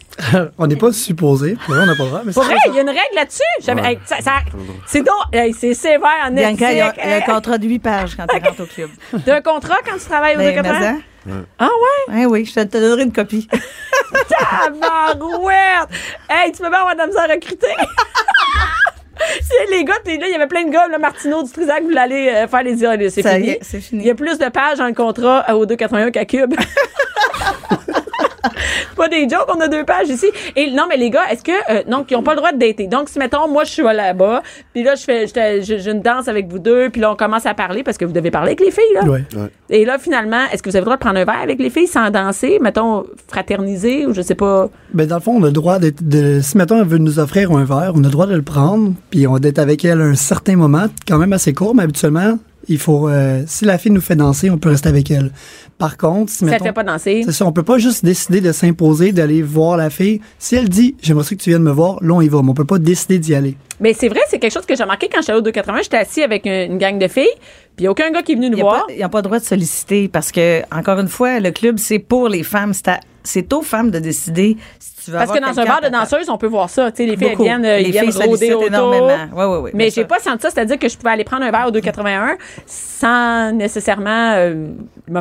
On n'est pas supposé. Pour vrai, on n'a pas le droit. Mais Pour c'est vrai, ça. il y a une règle là-dessus. Hey, c'est donc, c'est sévère en Bianca, il y a éthique. un contrat de 8 pages quand tu rentres au club. T'as un contrat quand tu travailles au Mais 281? Ah ouais? hein? Oui, je te donnerai une copie. Tabarouette! Hey, tu peux pas avoir de la misère à recruter? C'est les gars, là, il y avait plein de gars, là, Martineau du Trisac, vous allez faire les dire, c'est Ça y fini. est, c'est fini. Il y a plus de pages dans le contrat au 281 qu'à Cube. Pas des jokes, on a 2 pages ici. Et non, mais les gars, est-ce que donc ils ont pas le droit de dater. Donc si mettons moi je suis là-bas, puis là j'ai une danse avec vous deux, puis là on commence à parler parce que vous devez parler avec les filles là. Ouais. Et là finalement, est-ce que vous avez le droit de prendre un verre avec les filles sans danser, mettons fraterniser ou je sais pas. Ben, dans le fond, on a le droit si, mettons, elle veut nous offrir un verre, on a le droit de le prendre, puis on d'être avec elle un certain moment, quand même assez court, mais habituellement, il faut, si la fille nous fait danser, on peut rester avec elle. Par contre, si, Ça mettons, te fait pas danser. c'est ça, on peut pas juste décider de s'imposer, d'aller voir la fille. Si elle dit, j'aimerais ça que tu viennes me voir, là, on y va, mais on peut pas décider d'y aller. Mais c'est vrai, c'est quelque chose que j'ai remarqué quand j'étais au 280, j'étais assis avec une gang de filles, puis il y a aucun gars qui est venu nous voir. Ils n'ont pas le droit de solliciter parce que, encore une fois, le club, c'est pour les femmes. C'est aux femmes de décider si tu veux Parce que avoir dans un bar de quelqu'un à ta danseuses, on peut voir ça. Tu sais, les filles, elles Beaucoup. viennent, Les ils viennent filles rôder sollicitent autour. énormément. Oui. Mais j'ai pas senti ça, c'est-à-dire que je pouvais aller prendre un verre au 281 sans nécessairement me faire achaler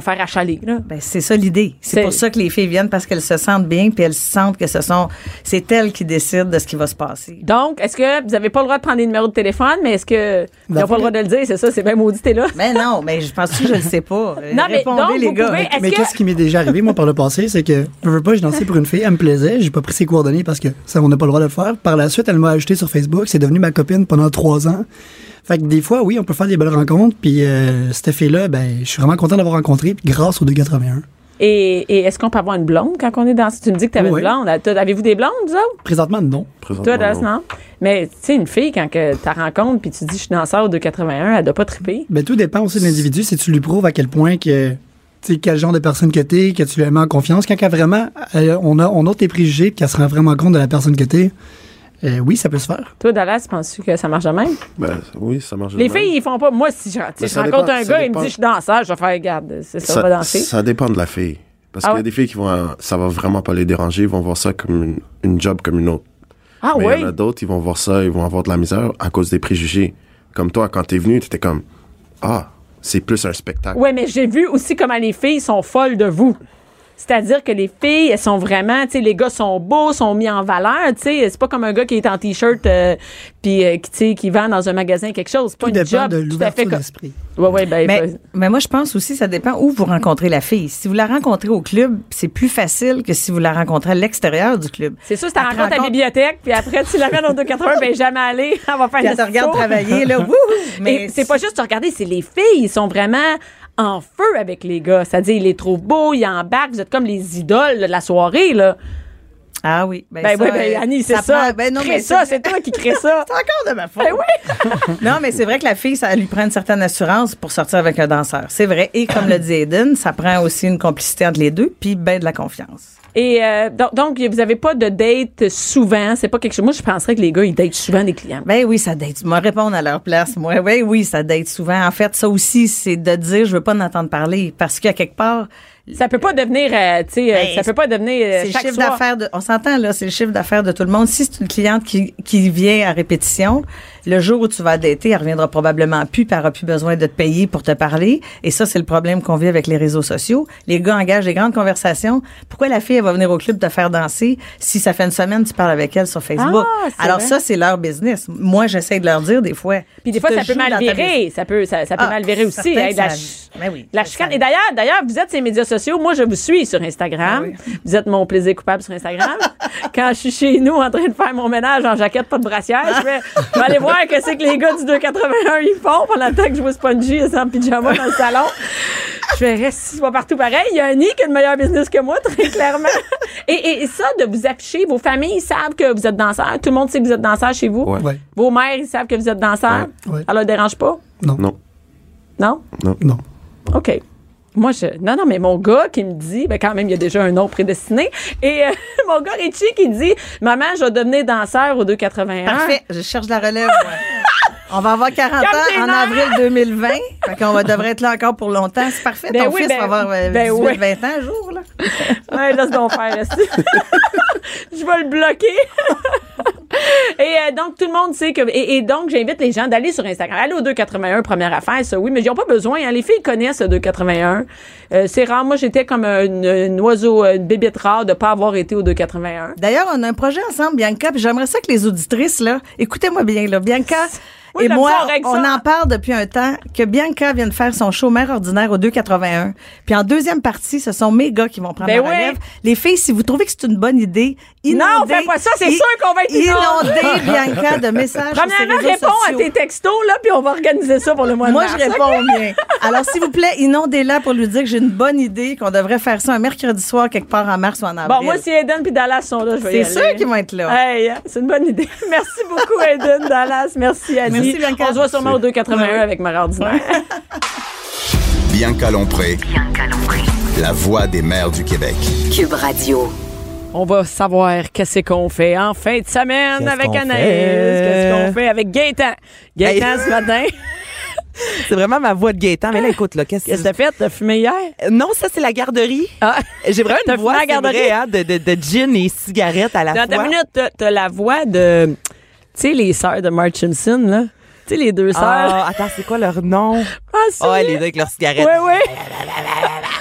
aller, là. Ben, c'est ça l'idée. C'est pour ça que les filles viennent, parce qu'elles se sentent bien, puis elles sentent que c'est elles qui décident de ce qui va se passer. Donc, est-ce que vous n'avez pas le droit de prendre les numéros de téléphone, mais est-ce que vous n'avez pas le droit de le dire? C'est ça, c'est bien maudit, t'es là. Mais non, mais je pense que je le sais pas. Non, mais répondez, donc, les gars. pouvez, Mais qu'est-ce qui m'est déjà arrivé, moi, par le passé, c'est que, je veux pas, j'ai dansé pour une fille, elle me plaisait, j'ai pas pris ses coordonnées parce que ça, on n'a pas le droit de le faire. Par la suite, elle m'a ajouté sur Facebook, c'est devenu ma copine pendant 3 ans. Fait que des fois, oui, on peut faire des belles rencontres, puis cette fille-là, ben, je suis vraiment content d'avoir rencontré, puis grâce au 281. Et est-ce qu'on peut avoir une blonde quand on est dans... Tu me dis que tu avais une blonde. Avez-vous des blondes, vous autres? Présentement, non. Toi, non. Mais tu sais, une fille, quand tu la rencontres puis tu dis « je suis danseur au 281 », elle doit pas triper. Ben, tout dépend aussi de l'individu. Si tu lui prouves à quel point que... Tu sais, quel genre de personne que t'es, que tu lui mets en confiance. Quand vraiment, on a tes préjugés et qu'elle se rend vraiment compte de la personne que t'es, oui, ça peut se faire. Toi, Dallas, penses-tu que ça marche de même? Ben, oui, ça marche de Les même. filles, ils font pas... Moi, si je rencontre un gars, il me dit « je suis danseur », je vais faire « regarde, c'est ça, on va danser ». Ça dépend de la fille. Parce qu'il y a des filles qui ça va vraiment pas les déranger, ils vont voir ça comme une job comme une autre. Ah mais oui? il y en a d'autres, ils vont voir ça, ils vont avoir de la misère à cause des préjugés. Comme toi, quand t'es venu, t'étais comme, c'est plus un spectacle. Oui, mais j'ai vu aussi comment les filles sont folles de vous. C'est-à-dire que les filles, elles sont vraiment, tu sais, les gars sont beaux, sont mis en valeur, tu sais. C'est pas comme un gars qui est en T-shirt puis qui vend dans un magasin quelque chose. C'est pas une job de l'ouverture d'esprit. Ouais, ben, mais moi, je pense aussi, ça dépend où vous rencontrez la fille. Si vous la rencontrez au club, c'est plus facile que si vous la rencontrez à l'extérieur du club. C'est sûr, si tu la rencontres à la bibliothèque, puis après, tu l'amènes au 280, ben jamais aller. Elle va faire elle te regarde travailler, là, wouhou! Mais c'est pas juste te regarder, c'est les filles. Ils sont vraiment en feu avec les gars. C'est-à-dire, ils les trouvent beaux, ils embarquent. Vous êtes comme les idoles de la soirée, là. Ah oui. Annie, c'est ça. C'est toi qui crée ça. C'est encore de ma faute. Ben oui. Non, mais c'est vrai que la fille, ça lui prend une certaine assurance pour sortir avec un danseur. C'est vrai. Et comme le dit Aiden, ça prend aussi une complicité entre les deux, puis ben de la confiance. Et donc, vous avez pas de date souvent. C'est pas quelque chose. Moi, je penserais que les gars, ils datent souvent des clients. Ben oui, ça date. Moi, répondre à leur place. Moi, oui, ça date souvent. En fait, ça aussi, c'est de dire, je veux pas en entendre parler. Parce qu'à quelque part, ça peut pas devenir, ça peut pas devenir c'est chaque le chiffre soir. d'affaires on s'entend là, c'est le chiffre d'affaires de tout le monde. Si c'est une cliente qui vient à répétition, le jour où tu vas dater, elle reviendra probablement plus, puis elle aura plus besoin de te payer pour te parler. Et ça, c'est le problème qu'on vit avec les réseaux sociaux. Les gars engagent des grandes conversations. Pourquoi la fille, elle va venir au club te faire danser si ça fait une semaine tu parles avec elle sur Facebook? Alors vrai. ça, c'est leur business. Moi, j'essaie de leur dire des fois. Puis des fois, ça peut mal virer. Ça peut mal virer aussi. La chicane. Et d'ailleurs, vous êtes ces médias sociaux. Moi, je vous suis sur Instagram. Ah oui. Vous êtes mon plaisir coupable sur Instagram. Quand je suis chez nous en train de faire mon ménage en jaquette, pas de brassière, je vais aller voir que c'est que les gars du 281 ils font pendant le temps que je vois Spongy en pyjama dans le salon. Je vais rester pas partout pareil. Il y a Annie qui a le meilleur business que moi, très clairement. Et ça, de vous afficher, vos familles savent que vous êtes danseur. Tout le monde sait que vous êtes danseur chez vous. Ouais. Vos mères, ils savent que vous êtes danseur. Ouais. Ça leur dérange pas? Non. Non? Non. OK. Moi, non, mais mon gars qui me dit, ben quand même, il y a déjà un nom prédestiné. Et mon gars Richie qui dit, maman, je vais devenir danseur au 281. Parfait, je cherche la relève, moi. On va avoir 40 ans en avril 2020. Fait qu'on devrait être là encore pour longtemps. C'est parfait. Ton fils va avoir 18, 20 ans un jour, là. Ouais, laisse donc faire, rester. Je vais le bloquer. Et donc, tout le monde sait que... Et donc, j'invite les gens d'aller sur Instagram. Aller au 281, première affaire, ça, oui. Mais ils n'ont pas besoin. Hein. Les filles connaissent le 281. C'est rare. Moi, j'étais comme un oiseau, une bébête rare de ne pas avoir été au 281. D'ailleurs, on a un projet ensemble, Bianca, puis j'aimerais ça que les auditrices, là, écoutez-moi bien, là, Bianca... Oui, et moi, on en parle depuis un temps que Bianca vient de faire son show Mère ordinaire au 281. Puis en deuxième partie, ce sont mes gars qui vont prendre la relève. Les filles, si vous trouvez que c'est une bonne idée, non, fais pas ça, c'est sûr qu'on va être inondé Bianca de messages sur ses réseaux réponds sociaux. à tes textos, là, puis on va organiser ça pour le mois de mars. Moi, je réponds bien. Alors, s'il vous plaît, inondez-la pour lui dire que j'ai une bonne idée, qu'on devrait faire ça un mercredi soir quelque part en mars ou en avril. Bon, moi, si Aiden puis Dallas sont là, je vais y aller. C'est sûr qu'ils vont être là. Hey, c'est une bonne idée. Merci beaucoup, Aiden, Dallas. Merci, Annie. Merci, Bianca. On se voit sûrement au 281 avec Mère ordinaire. Bianca Lompré. La voix des mères du Québec. Cube Radio. On va savoir qu'est-ce qu'on fait en fin de semaine avec Anaïs. Qu'est-ce qu'on fait avec Gaëtan? Gaëtan, ce matin. C'est vraiment ma voix de Gaëtan. Mais là, écoute, là, qu'est-ce que t'as fait? T'as fumé hier? Non, ça, c'est la garderie. Ah. J'ai vraiment une voix, c'est vrai, hein, de gin et cigarette à la fois. Dans ta minute, t'as la voix de, tu sais, les sœurs de Marge Simpson, là. Tu sais, les deux sœurs. Ah, attends, c'est quoi leur nom? Ah, les deux avec leurs cigarettes. Oui.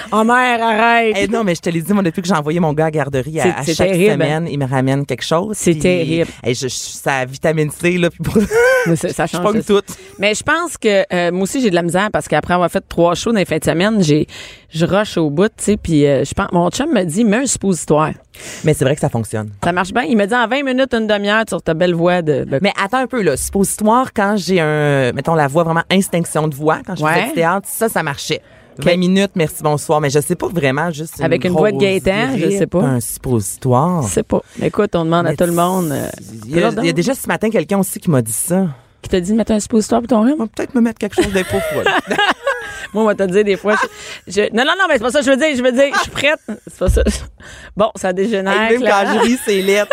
Oh mère, arrête! Eh non, mais je te l'ai dit, moi, depuis que j'ai envoyé mon gars à la garderie à C'est chaque terrible, semaine, il me ramène quelque chose. C'est puis- terrible. Eh, ça vitamine C, là, puis pour... Ça je change. pogne tout. Mais je pense que moi aussi, j'ai de la misère parce qu'après avoir fait 3 shows dans les fins de semaine, je rush au bout, tu sais, puis je pense, mon chum me dit, mets un suppositoire. Mais c'est vrai que ça fonctionne. Ça marche bien. Il me dit en 20 minutes, une demi-heure sur ta belle voix de... Mais attends un peu, là. Suppositoire, quand j'ai mettons, la voix vraiment instinction de voix, quand je faisais du théâtre, ça marchait. 20 minutes, merci, bonsoir. Mais je sais pas vraiment juste. Avec une voix de Gaëtan, je sais pas. Un suppositoire. Je sais pas. Écoute, on demande à tout le monde. Il y a déjà ce matin quelqu'un aussi qui m'a dit ça. Qui t'a dit de mettre un suppositoire pour ton rhume? On va peut-être me mettre quelque chose d'impôt froid. Moi, on va te dire des fois. Non, mais c'est pas ça que je veux dire. Je veux dire, je suis prête. C'est pas ça. Bon, ça dégénère. Même quand je ris, c'est lettre.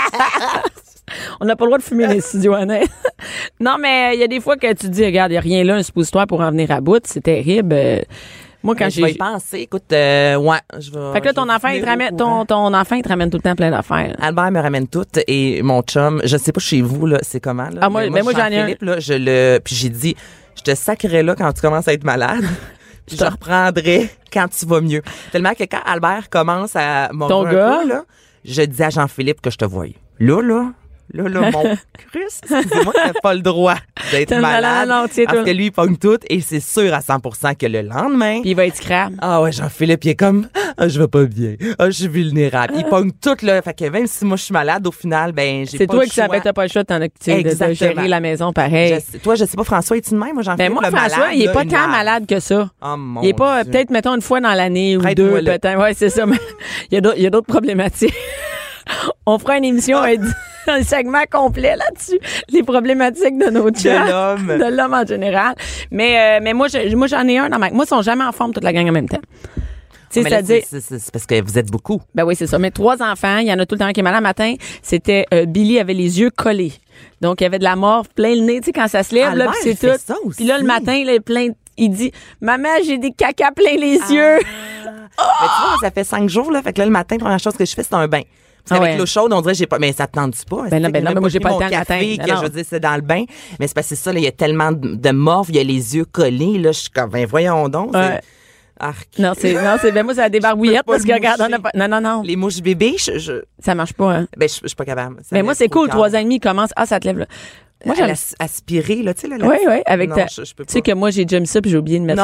On n'a pas le droit de fumer dans les studios, honnêtement. Non, mais il y a des fois que tu te dis, regarde, il n'y a rien là, un suppositoire pour en venir à bout. C'est terrible. Moi, quand je vais y penser, écoute, ouais, je vais. Fait que là, ton enfant, il te ramène tout le temps plein d'affaires. Albert me ramène tout et mon chum, je sais pas chez vous, là, c'est comment, là. Ah, moi j'en ai un. Philippe, là, puis j'ai dit, je te sacrerai là quand tu commences à être malade. Puis je te reprendrai quand tu vas mieux. Tellement que quand Albert commence à mordre un peu, là, je dis à Jean-Philippe que je te voyais. Là, mon Christ, excusez-moi, t'as pas le droit d'être malade. Parce que lui, il pogne tout et c'est sûr à 100% que le lendemain. Puis il va être scrap. Ah ouais, Jean-Philippe, il est comme, je vais pas bien. Je suis vulnérable. Il pogne tout, là. Fait que même si moi, je suis malade, au final, ben, j'ai pas le choix. C'est toi qui t'as pas le choix de gérer la maison pareil. Toi, je sais pas, François, es-tu de même? Moi, Jean-Philippe, moi, François, il est pas tant malade que ça. Oh, mon il est pas, Dieu. peut-être, mettons, une fois dans l'année ou deux, peut-être. Ouais, c'est ça. Mais il y a d'autres problématiques. On fera une émission, un segment complet là-dessus, les problématiques de nos chats, de l'homme en général. Mais moi j'en ai un dans moi ils sont jamais en forme toute la gang en même temps. C'est parce que vous êtes beaucoup. Ben oui, c'est ça. Mais 3 enfants, il y en a tout le temps qui est malade. Matin, c'était Billy avait les yeux collés. Donc il y avait de la morve plein le nez, tu sais quand ça se lève là, puis c'est tout. Puis là le matin, là, il dit maman, j'ai des caca plein les yeux. Mais tu vois, ça fait 5 jours là, fait que là le matin, la première chose que je fais c'est un bain. Parce qu'avec l'eau chaude, on dirait j'ai pas. Mais ça te tente pas? Ben non, mais moi j'ai pas le temps de café, je veux dire, c'est dans le bain. Mais c'est parce que c'est ça, là, il y a tellement de morve, il y a les yeux collés, là. Je suis comme, ben voyons donc. Ouais. Non, ben moi, c'est la débarbouillette parce que regarde, on a pas. Non. Les mouches bébés, ça marche pas, hein. Ben, je suis pas capable. Mais moi, c'est cool, 3 ans et demi, commence. Ah, ça te lève là. Moi, j'allais aspirer, là, tu sais, là. Oui, avec ta. Tu sais que moi, j'ai déjà mis ça puis j'ai oublié de mettre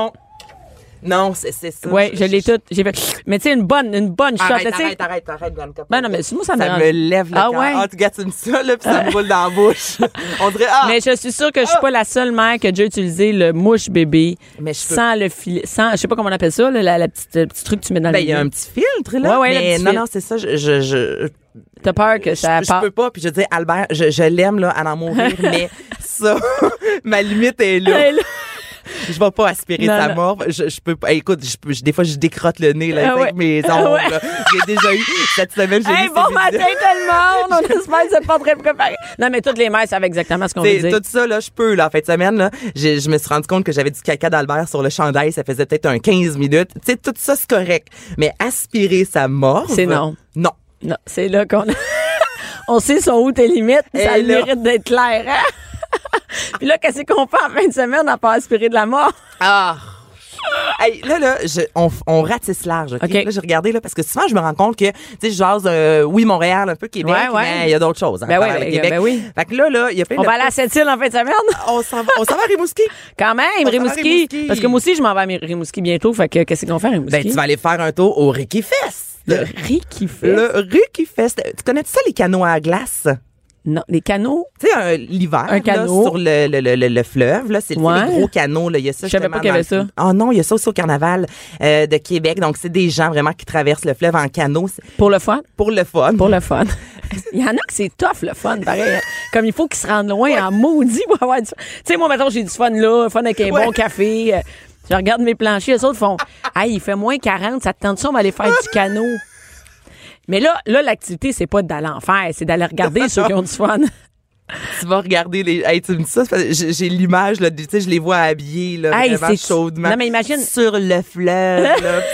Non, c'est ça. Oui, je l'ai toute. J'ai fait. Mais tu sais, une bonne shot. Arrête, Bianca. Ben non, mais moi, ça me lève le cœur. Ah, tu gâtes ça, là, puis ça me roule dans la bouche. On dirait, Mais je suis sûre que je suis pas la seule mère qui a déjà utilisé le mouche bébé sans le filet, je sais pas comment on appelle ça, là, le petit truc que tu mets dans le. Ben, il y a un petit filtre, là. Ouais, mais non, c'est ça, t'as peur que ça je peux pas, puis je dis, Albert, je l'aime, là, à en mourir, mais ça, ma limite est là. Je vais pas aspirer sa morve. Je peux pas. Écoute, des fois, je décrotte le nez là, avec mes ongles. Là. J'ai déjà eu cette semaine. Bon matin tout le monde. On espère que c'est pas très préparé. Non, mais toutes les mères savent exactement ce qu'on veut dire. Tout ça, là, je peux, là, en fin de semaine, là. Je me suis rendu compte que j'avais du caca d'Albert sur le chandail. Ça faisait peut-être 15 minutes. Tu sais, tout ça, c'est correct. Mais aspirer sa morve. C'est non. Non. Non, c'est là qu'on on sait sont où tes limites. Ça mérite d'être clair, hein? Puis là, qu'est-ce qu'on fait en fin de semaine à pas aspirer de la mort? Ah! Hey, là, on ratisse large, OK? Là, j'ai regardé, là, parce que souvent, je me rends compte que, tu sais, je jase, oui, Montréal, un peu Québec, mais il y a d'autres choses. Ben oui, Québec. Ben oui. Fait que là, il y a plein On va aller à Sept-Îles en fin de semaine? On s'en va à Rimouski. Quand même, Rimouski. Parce que moi aussi, je m'en vais à Rimouski bientôt. Fait que, qu'est-ce qu'on fait à Rimouski? Ben, tu vas aller faire un tour au Ricky Fest. Le Ricky Fest? Le Ricky Fest. Tu connais ça, les canots à glace? Non, les canaux. Tu sais, l'hiver, un canot. Là, sur le fleuve, là, c'est les gros canaux, là. Il y a ça. Je savais pas qu'il y avait ça. Ah non, il y a ça aussi au carnaval de Québec. Donc, c'est des gens vraiment qui traversent le fleuve en canot. Pour le fun? Pour le fun. Pour le fun. Il y en a que c'est tough, le fun, pareil. Comme il faut qu'ils se rendent loin en maudit pour avoir du fun. Tu sais, moi, maintenant, j'ai du fun là, fun avec un bon café. Je regarde mes planchers, eux autres font, hey, il fait moins 40, ça te tente ça, on va aller faire du canot. Mais là, l'activité, c'est pas d'aller en faire, c'est d'aller regarder ceux qui ont du fun. Tu vas regarder les. Hey, tu me dis ça, j'ai l'image, là, tu sais, je les vois habillés, là, vraiment chaudement. Non, mais imagine. Sur le fleuve, là. C'est comme.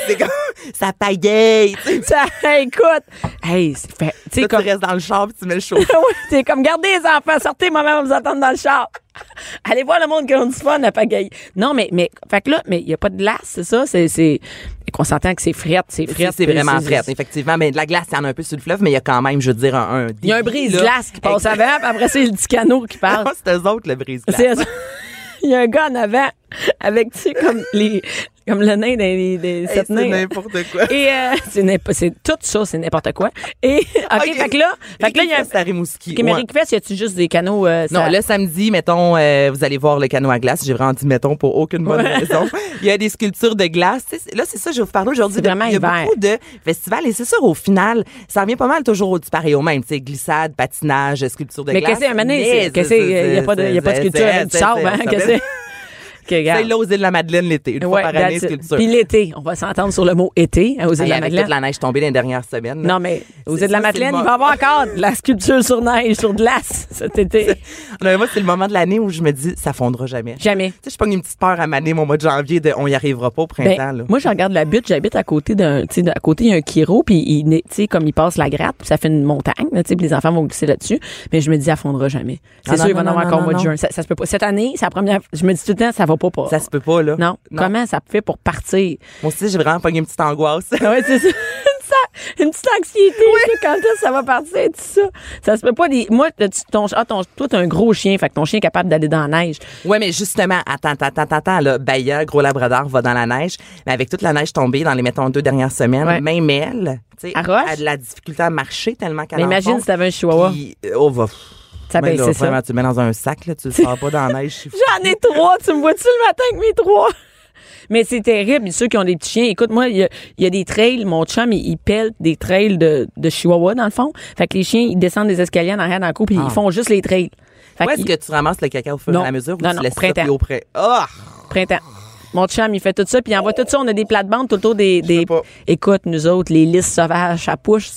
Ça pagaille. Ça, écoute. Hey, c'est fait. Tu sais, Tu restes dans le char puis tu mets le chaud. oui, c'est comme, gardez les enfants, sortez, maman va vous attendre dans le char. Allez voir le monde qui ont du fun à pagaille. Non, mais, fait que là, mais il n'y a pas de glace, c'est ça? C'est qu'on s'entend que c'est frette, c'est vraiment frette, effectivement. Mais de la glace, il y en a un peu sur le fleuve, mais il y a quand même, je veux dire, un il y a un brise-glace qui passe avant, puis après, c'est le petit canot qui passe. Non, c'est eux autres, le brise-glace. Il y a un gars en avant avec, tu sais, comme le nain des sept nains. C'est n'importe quoi. Et c'est tout ça, c'est n'importe quoi. Et OK, fait que là, il y a un Rimouski. OK, mais Rickfest, y a-tu juste des canots Non, le samedi, mettons, vous allez voir le canot à glace. J'ai vraiment dit mettons pour aucune bonne raison. Il y a des sculptures de glace. Là, c'est ça, je vais vous parler aujourd'hui. C'est vraiment il y a hiver. beaucoup de festivals et c'est sûr, au final, ça revient pas mal toujours du pareil au même. Tu sais, glissade, patinage, sculpture de glace. Mais qu'est-ce que c'est, à un moment donné, il y a pas de sculpture avec du sable, hein? Qu'est-ce que c'est? C'est là aux Îles-de-la-Madeleine l'été. Une fois par année, sculpture. Puis l'été, on va s'entendre sur le mot été aux Îles-de-la-Madeleine. Avec toute la neige tombée dans les dernières semaines. Non, mais aux Îles-de-la-Madeleine, il va y avoir encore de la sculpture sur neige, sur glace cet été. Moi, c'est le moment de l'année où je me dis, ça fondra jamais. Jamais. Tu sais, je pogne une petite peur à m'année, mon mois de janvier, on y arrivera pas au printemps. Là. Moi, je regarde la butte, j'habite à côté d'un, tu sais, à côté, il y a un Kiro, puis tu sais, comme il passe la gratte, puis ça fait une montagne, tu sais, puis les enfants vont glisser là-dessus. Mais je me dis, ça fondra jamais. C'est sûr, il va y en avoir encore au mois de juin. Ça se peut pas. Cette année, c'est la première, je me dis tout le temps, ça va pas. Ça se peut pas, là. Non. Comment ça fait pour partir? Moi aussi, j'ai vraiment pogné une petite angoisse. Oui, c'est ça. Une petite anxiété, oui. Quand ça va partir, tout ça. Ça se peut pas. Moi, toi, t'as un gros chien, fait que ton chien est capable d'aller dans la neige. Oui, mais justement, attends, là, Baya, gros labrador, va dans la neige, mais avec toute la neige tombée dans les, mettons, 2 dernières semaines, même elle, tu sais, elle a de la difficulté à marcher tellement qu'elle mais imagine si t'avais un chihuahua. Ça ben, c'est ça. Tu le mets dans un sac, là, tu le sors pas dans la neige. J'en ai 3. Tu me vois-tu le matin avec mes 3? Mais c'est terrible. Ceux qui ont des petits chiens, écoute, moi, il y a des trails. Mon chum, il pèle des trails de chihuahua, dans le fond. Fait que les chiens, ils descendent des escaliers en arrière dans le cou, puis ils font juste les trails. Où est-ce que tu ramasses le caca au fur et à mesure ou tu laisses ça plus au près? Printemps. Mon chum, il fait tout ça, puis il envoie tout ça. On a des plates-bandes tout autour des... Écoute, nous autres, les lisses sauvages, ça pousse,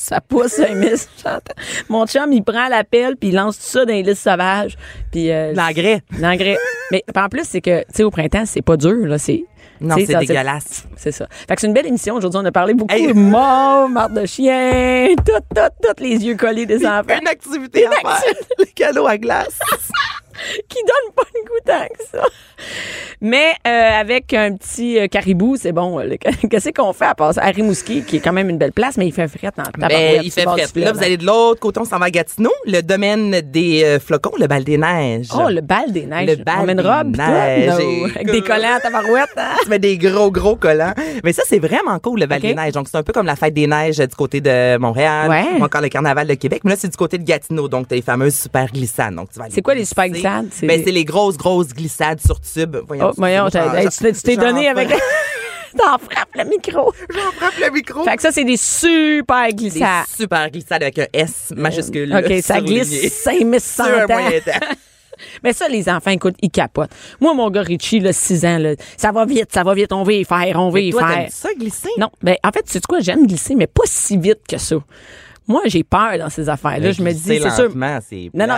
Mon chum, il prend la pelle, puis il lance tout ça dans les lisses sauvages. Puis l'engrais. Mais en plus, c'est que, tu sais, au printemps, c'est pas dur, là, non, c'est dégueulasse. C'est ça. Fait que c'est une belle émission. Aujourd'hui, on a parlé beaucoup de morts, marde de chien, toutes les yeux collés des enfants. Une activité à faire. Les canots à glace. Qui donne pas une goût tant que ça. Mais avec un petit caribou, c'est bon. Qu'est-ce qu'on fait à passer à Rimouski, qui est quand même une belle place, mais il fait frette dans ta il fait frette. Là, vous allez de l'autre côté, on s'en va à Gatineau, le domaine des flocons, le bal des neiges. Oh, le bal des neiges. Le bal on met une robe, avec des collants à tabarouette. Hein? Tu mets des gros collants. Mais ça, c'est vraiment cool, le bal des neiges. Donc, c'est un peu comme la fête des neiges du côté de Montréal, ou encore le carnaval de Québec. Mais là, c'est du côté de Gatineau, donc t'as les fameuses super glissades. Donc, tu vas aller. C'est quoi les super glissades? C'est les grosses glissades sur tube. Voyons, tu t'es donné avec... T'en frappes le micro. J'en frappe le micro. Fait que ça, c'est des super glissades. Des super glissades avec un S majuscule. OK, ça glisse 5100 ans. Mais ça, les enfants, écoute, ils capotent. Moi, mon gars Richie, là, 6 ans, là, ça va vite, on va y faire, T'aimes ça, glisser? Non, ben en fait, tu sais quoi, j'aime glisser, mais pas si vite que ça. Moi, j'ai peur dans ces affaires-là. Je me dis, c'est sûr... Non.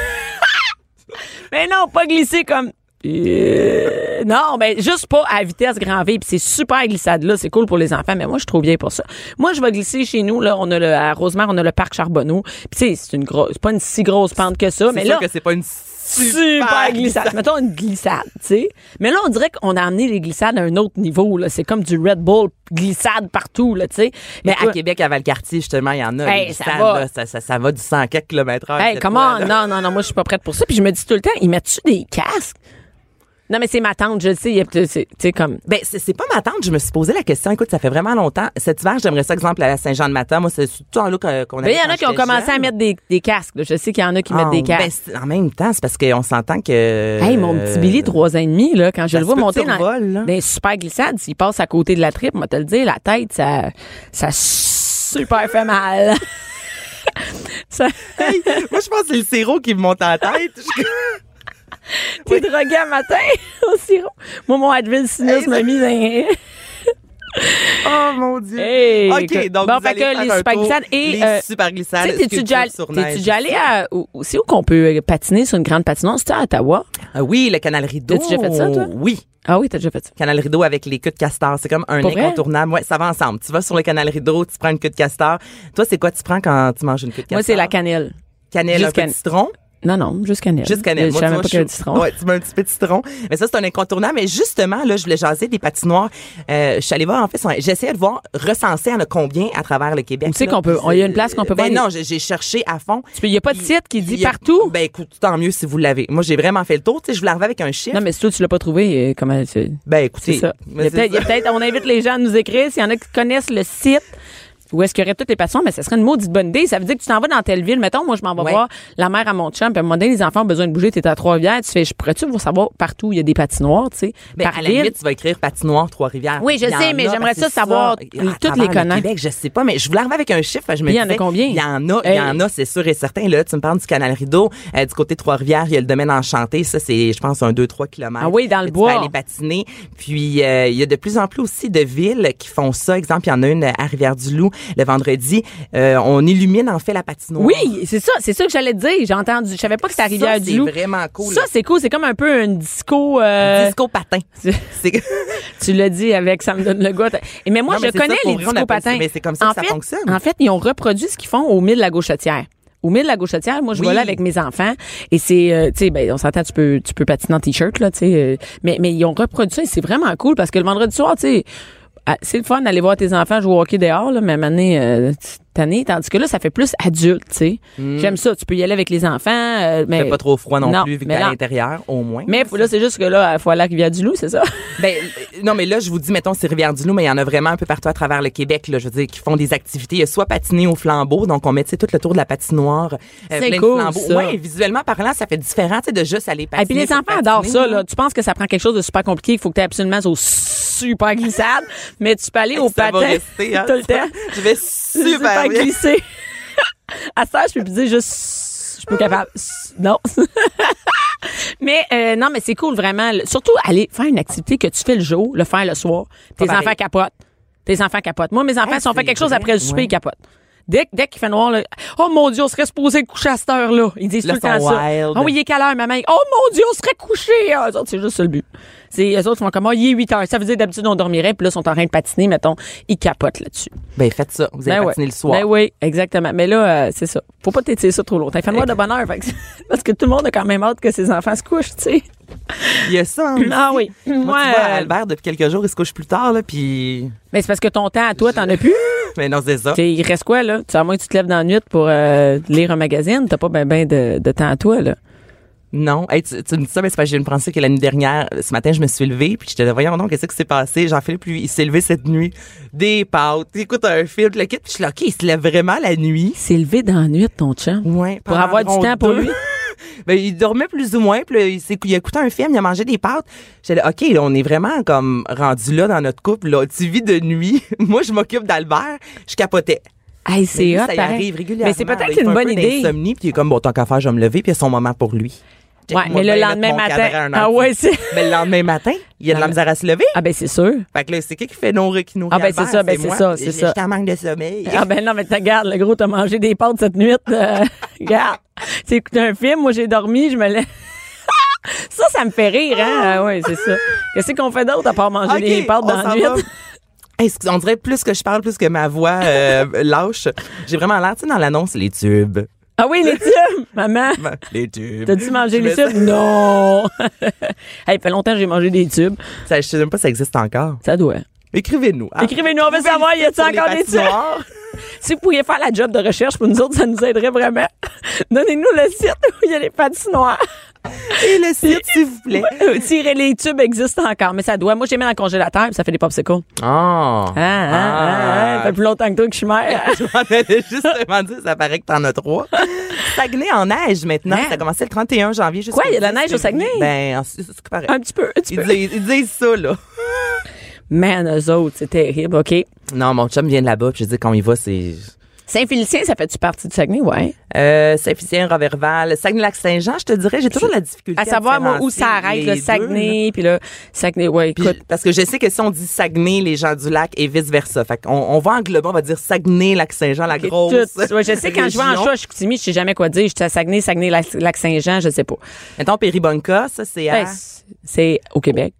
Mais non, pas glisser comme... non, ben juste pas à vitesse grand V, puis c'est super glissade là, c'est cool pour les enfants, mais moi je trouve bien pour ça. Moi je vais glisser chez nous là, à Rosemère, on a le parc Charbonneau. Puis tu sais, c'est pas une si grosse pente que ça, mais là que c'est pas une super glissade. Mettons une glissade, tu sais. Mais là on dirait qu'on a amené les glissades à un autre niveau là, c'est comme du Red Bull glissade partout là, tu sais. Mais à Québec à Valcartier justement, il y en a des glissades là, ça va du 100 quelques kilomètres/heure. Hey, comment non, moi je suis pas prête pour ça, puis je me dis tout le temps, ils mettent-tu des casques? Non, mais c'est ma tante, je le sais. C'est comme. Ben, c'est pas ma tante. Je me suis posé la question. Écoute, ça fait vraiment longtemps. Cet hiver, j'aimerais ça, exemple, à la Saint-Jean-de-Matin. Moi, c'est tout en là qu'on a. Mais il y en a qui ont commencé à mettre des casques. Là. Je sais qu'il y en a qui mettent des casques. Ben, en même temps, c'est parce qu'on s'entend que. Hey, mon petit Billy, 3 ans et demi, là, quand je le vois monter dans des super glissades, s'il passe à côté de la tripe, moi, te le dire, la tête, ça super fait mal. Hey, moi, je pense que c'est le sirop qui me monte en tête. T'es drogué à matin au sirop. Moi, mon Advil Sinus m'a mis dans... Oh mon Dieu. Hey, OK, donc bon, vous allez faire les un super tour, glissades et les super glissades. t'es-tu déjà allé à c'est où qu'on peut patiner sur une grande patinoire? C'était à Ottawa? Oui, le canal Rideau. T'as-tu déjà fait ça, toi? Oui. Ah oui, t'as déjà fait ça. Canal Rideau avec les queues de castor. C'est comme un Pour vrai? incontournable. Ouais, ça va ensemble. Tu vas sur le canal Rideau, tu prends une queue de castor. Toi, c'est quoi tu prends quand tu manges une queue de castor? Moi, c'est la cannelle. Cannelle, Juste un peu de citron. Non, juste cannelle. Juste cannelle. Je Moi, savais tu pas vois, qu'il y avait du citron. Ouais, tu mets un petit peu de citron. Mais ça, c'est un incontournable. Mais justement, là, je voulais jaser des patinoires. Je suis allée voir, en fait, j'essayais de voir, recenser, il y en a combien à travers le Québec. Où c'est là. qu'on peut, il y a une place qu'on peut Ben voir. non, j'ai cherché à fond. Il y a pas de site qui dit Il y a- partout? Ben écoute, tant mieux si vous l'avez. Moi, j'ai vraiment fait le tour. Tu sais, je voulais arriver avec un chiffre. Non, mais si toi, tu l'as pas trouvé, comment c'est? Ben écoutez, C'est ça. mais c'est ça. On invite les gens à nous écrire s'il y en a qui connaissent le site. Où est-ce qu'il y aurait toutes les patinoires, mais ça serait une maudite bonne idée. Ça veut dire que tu t'en vas dans telle ville. Mettons, moi, je m'en vais Ouais. voir la mère à mon chum, puis à un moment donné, les enfants ont besoin de bouger, t'es à Trois-Rivières, tu fais, je pourrais-tu vous savoir partout où il y a des patinoires, tu sais, Ben, par à la ville. limite, tu vas écrire patinoire Trois-Rivières. Oui, je Il y sais, en mais a, j'aimerais parce que ça savoir à toutes travers les le connaître. Québec, je sais pas, mais je voulais arriver avec un chiffre. Je me Il y en a disais, combien? Il y en a, Hey. il y en a, c'est sûr et certain. Là, tu me parles du canal Rideau. Du côté de Trois-Rivières, il y a le domaine Enchanté. Ça, c'est, je pense, un 2-3 kilomètres. Ah oui, dans le Tu bois. peux aller patiner. Puis, il y a de plus en plus aussi de villes qui font ça. Exemple, il y en a une à Rivière-du-Loup le vendredi. On illumine, en fait, la patinoire. Oui, c'est ça que j'allais te dire. J'ai entendu. Je savais pas que c'était à Rivière-du-Loup. C'est vraiment cool. Ça, c'est cool. C'est comme un peu un disco. Disco patin. C'est... Tu l'as dit avec ça me donne le goût. Mais moi, Non, mais je c'est ça, connais pour les vrai, on disco appelle ça, patins. mais c'est comme ça que ça fonctionne. En fait, ils ont reproduit ce qu'ils font au Mille de la Gauchetière. Au Mille de la Gauchetière, moi, je Oui. vais là avec mes enfants. Et c'est, tu sais, ben, on s'entend, tu peux patiner en t-shirt, là, tu sais. Mais ils ont reproduit ça et c'est vraiment cool parce que le vendredi soir, tu sais, c'est le fun d'aller voir tes enfants jouer au hockey dehors, là, mais maintenant, tandis que là, ça fait plus adulte, tu sais. J'aime ça. Tu peux y aller avec les enfants. Mais fait pas trop froid non plus, vu que mais t'es à là- l'intérieur, au moins. Mais là, c'est juste que là, il faut aller à Rivière-du-Loup, c'est ça? Ben, non, mais là, je vous dis, mettons, c'est Rivière-du-Loup, mais il y en a vraiment un peu partout à travers le Québec, là. Je veux dire, qui font des activités. Il y a soit patiner au flambeau, donc on met, tu sais, tout le tour de la patinoire. C'est plein cool, de flambeaux. ça. Ouais, visuellement parlant, ça fait différent, tu sais, de juste aller Et patiner. puis les pour enfants adorent patiner, ça, là. Tu penses que ça prend quelque chose de super compliqué, il faut que tu aies absolument au super glissade, mais tu peux aller au Ça va patin rester, hein, tout le ça. temps. Je vais super bien. glisser. À ça, je peux plus dire juste, je suis pas capable. Non. Mais non, mais c'est cool vraiment. Surtout aller faire une activité que tu fais le jour, le faire le soir. Tes pareil. enfants capotent. Tes enfants capotent. Moi, mes enfants, si on fait c'est quelque chose vrai, après le souper, ouais. ils capotent. Dès qu'il fait noir, là, oh mon Dieu, on serait supposé coucher à cette heure-là. Ils disent Là, tout le temps sont ça. wild. Oh oui, il est quelle heure, maman? Oh mon Dieu, on serait couché. Ah, eux autres, c'est juste ça le but. Eux autres font comme, oh, il est 8 heures. Ça veut dire d'habitude, on dormirait, puis là, ils sont en train de patiner, mettons. Ils capotent là-dessus. Ben, faites ça. Vous allez patiner le soir. Ben oui, exactement. Mais là, c'est ça. Faut pas t'étirer ça trop longtemps. Il fait noir de bonne heure. Fait que parce que tout le monde a quand même hâte que ses enfants se couchent, tu sais. Il y a ça, hein, Ah aussi. oui. Moi, tu vois, Albert, depuis quelques jours, il se couche plus tard, là, puis... Mais c'est parce que ton temps à toi, t'en as plus. Mais non, c'est ça. T'sais, il reste quoi, là? À moins que tu te lèves dans la nuit pour lire un magazine, t'as pas ben de temps à toi, là. Non. Hey, tu me dis ça, mais c'est parce que j'ai une pensée que la nuit dernière, ce matin, je me suis levée, puis j'étais là, voyons donc, qu'est-ce qui s'est passé? Jean-Philippe, lui, il s'est levé cette nuit. Des pâtes, il écoute un film, le kit, puis je suis là, OK, il se lève vraiment la nuit. Il s'est levé dans la nuit, ton chum. Ouais. Pour pendant avoir du environ temps pour 2. lui. Ben, il dormait plus ou moins, puis là, il a écouté un film, il a mangé des pâtes. J'étais là, OK, là, on est vraiment comme rendu là dans notre couple, là. Tu vis de nuit. Moi, je m'occupe d'Albert. Je capotais. Hey, Mais c'est lui, hot, ça y pareil. arrive régulièrement. Mais c'est là. peut-être Il fait une un bonne peu idée. d'insomnie, puis il est comme, bon, tant qu'à faire, je vais me lever, puis il y a son moment pour lui. Ouais, mais le lendemain matin. Ah ouais, c'est. Mais le lendemain matin, il y a de la misère à se lever. Ah ben c'est sûr. Fait que là, c'est qui fait qui nourrit Ah, ben, Albert? c'est ça, ben, c'est moi. ça, c'est ça. J'étais en manque de sommeil. Ah ben non, mais regarde, le gros, t'as mangé des pâtes cette nuit. Regarde. Tu écouté un film, moi j'ai dormi, je me lève. Ça me fait rire, hein? Ah ouais, c'est ça. Qu'est-ce qu'on fait d'autre à part manger OK, des pâtes on dans la s'en nuit? va. Hey, on dirait plus que je parle, plus que ma voix lâche. J'ai vraiment l'air, tu sais, dans l'annonce, les tubes. Ah oui, les tubes, maman. Les tubes. T'as-tu mangé Je les mets tubes? ça- Non! Hey, fait longtemps que j'ai mangé des tubes. Ça, je sais même pas si ça existe encore. Ça doit. Écrivez-nous. hein. Écrivez-nous, on veut savoir, y a-t-il Sur les encore des tubes? patinoires. Si vous pouviez faire la job de recherche pour nous autres, ça nous aiderait vraiment. Donnez-nous le site où il y a les patinoires. Et le site, s'il vous plaît. Tirer les tubes existent encore, mais ça doit. Moi, j'ai mis dans le congélateur, puis ça fait des popsicles. Oh. Ça fait plus longtemps que toi que je suis mère. Je m'en allais justement dire, ça paraît que t'en as 3. Saguenay en neige maintenant. Hein? Ça a commencé le 31 janvier. Quoi, il y a de la neige au Saguenay? Ben, c'est ce qui paraît. Un petit peu, un petit peu. Ils disent ça, là. Man, eux autres, c'est terrible, OK. Non, mon chum vient de là-bas, puis je dis, quand il va, c'est Saint-Félicien, ça fait-tu partie du Saguenay? Ouais. Saint-Félicien, Roberval, Saguenay-Lac-Saint-Jean, je te dirais, j'ai toujours la difficulté à savoir, moi, où ça arrête, le Saguenay, puis là, Saguenay, ouais, écoute. Parce que je sais que si on dit Saguenay, les gens du lac et vice-versa. Fait qu'on va englober, on va dire Saguenay-Lac-Saint-Jean, la grosse. Ouais, je sais, quand je vais en choix à Chicoutimi, je sais jamais quoi dire. Je suis à Saguenay-Lac-Saint-Jean, je sais pas. Mettons, Péribonka, ça, c'est à... c'est au Québec.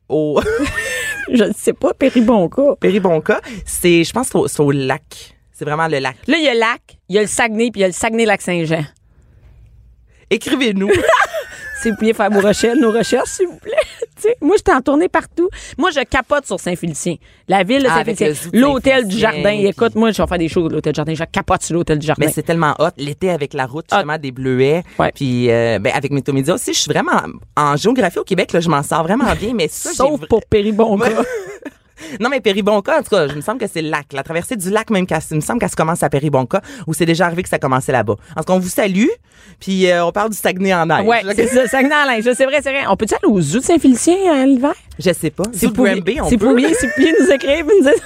Je ne sais pas, Péribonka. Péribonka, c'est, je pense que c'est au lac. C'est vraiment le lac. Là, il y a le lac, il y a le Saguenay, puis il y a le Saguenay-Lac-Saint-Jean. Écrivez-nous. Si vous pouviez faire nos recherches, s'il vous plaît. T'sais, moi, je t'ai en tournée partout. Moi, je capote sur Saint-Félicien. La ville de Saint-Félicien. L'hôtel du Jardin. Écoute, moi, je vais faire des choses de l'hôtel du Jardin. Je capote sur l'hôtel du Jardin. Mais c'est tellement hot. L'été avec la route, justement, des bleuets. Ouais. Puis, avec Météo-Média aussi, je suis vraiment... En géographie au Québec, là, je m'en sors vraiment bien. Mais ça, sauf pour Péribonka. Non, mais Péribonka, en tout cas, je me semble que c'est le lac. La traversée du lac, même, il me semble qu'elle se commence à Péribonka, ou c'est déjà arrivé que ça commençait là-bas. En tout cas, on vous salue, puis on parle du Saguenay en neige. Ouais, c'est ça, Saguenay en neige. C'est vrai. On peut-tu aller aux zoo de Saint-Félicien l'hiver? Je sais pas. C'est pour Granby, on peut. C'est pour bien nous écrire, nous dire...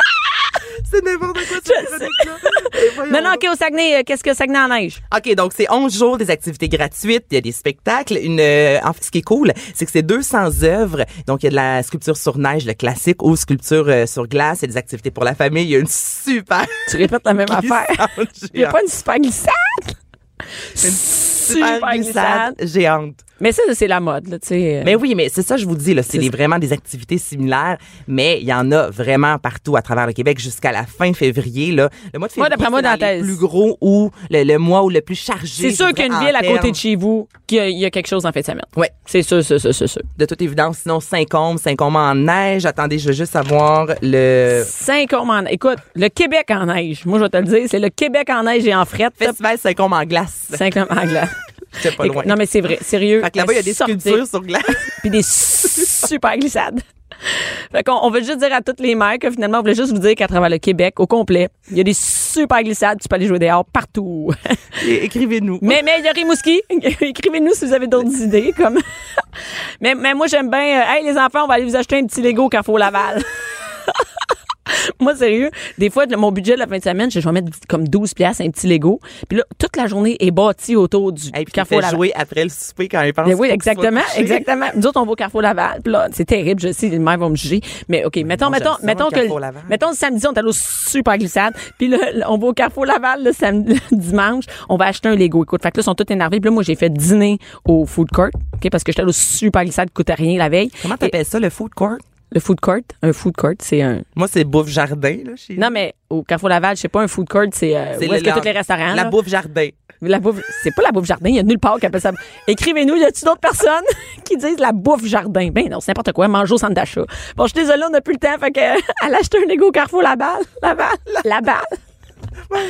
C'est n'importe quoi, cette chronique-là. Non, OK, au Saguenay, qu'est-ce que Saguenay en neige? OK, donc c'est 11 jours des activités gratuites, il y a des spectacles. En fait, ce qui est cool, c'est que c'est 200 œuvres. Donc, il y a de la sculpture sur neige, le classique, ou sculpture sur glace. Il y a des activités pour la famille. Il y a une super... Tu répètes la même affaire. Il n'y a pas une super glissade? Une super glissade géante. Mais ça, c'est la mode, là, tu sais. Mais oui, mais c'est ça, je vous dis, là. C'est vraiment des activités similaires, mais il y en a vraiment partout à travers le Québec jusqu'à la fin février, là. Le mois de février, d'après moi, c'est le plus gros ou le mois où le plus chargé. C'est sûr qu'il y a une ville à côté de chez vous qu'il y a quelque chose en fin de semaine. Ouais. C'est sûr. De toute évidence, sinon, Saint-Côme en neige. Attendez, je veux juste savoir le... Saint-Côme en neige. Écoute, le Québec en neige. Moi, je vais te le dire, c'est le Québec en neige et en frette. Festival Saint-Côme en glace. Saint-Côme en glace. J'étais pas loin. Non, mais c'est vrai, sérieux. Fait que là-bas, il y a des sculptures sur glace. Puis des super glissades. Fait qu'on veut juste dire à toutes les mères que finalement, on voulait juste vous dire qu'à travers le Québec, au complet, il y a des super glissades. Tu peux aller jouer dehors partout. Et écrivez-nous. Mais il y a Rimouski. Écrivez-nous si vous avez d'autres idées. Mais moi, j'aime bien... hey, les enfants, on va aller vous acheter un petit Lego au Carrefour Laval. Moi, sérieux, des fois, mon budget de la fin de semaine, je vais mettre comme 12$, un petit Lego. Puis là, toute la journée est bâtie autour du Carrefour Laval. Jouer après le souper quand ils pensent. Oui, exactement. Nous autres, on va au Carrefour Laval. Puis là, c'est terrible, je sais, les mères vont me juger. Mais OK, mettons le samedi, on est allé au super glissade. Puis là, on va au Carrefour Laval le dimanche. On va acheter un Lego. Écoute, fait que là, ils sont tous énervés. Puis là, moi, j'ai fait dîner au food court. OK, parce que j'étais allé au super glissade, qui coûtait rien la veille. Comment t'appelles ça, le food court? Le food court, un food court, c'est un... Moi, c'est bouffe jardin, là, chez nous. Non, mais au Carrefour Laval, je sais pas, un food court, c'est où est-ce que tous les restaurants, la bouffe jardin. C'est pas la bouffe jardin, il y a nulle part qui appelle ça. Écrivez-nous, y a-tu d'autres personnes qui disent la bouffe jardin? Ben non, c'est n'importe quoi, manger au centre d'achat. Bon, je suis désolée, on n'a plus le temps, fait que elle a acheté un Lego au Carrefour Laval. OK,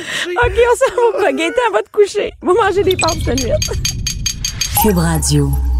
on s'en va. Gaëtan va te coucher. On va manger des pâtes de nuit. Cube Radio.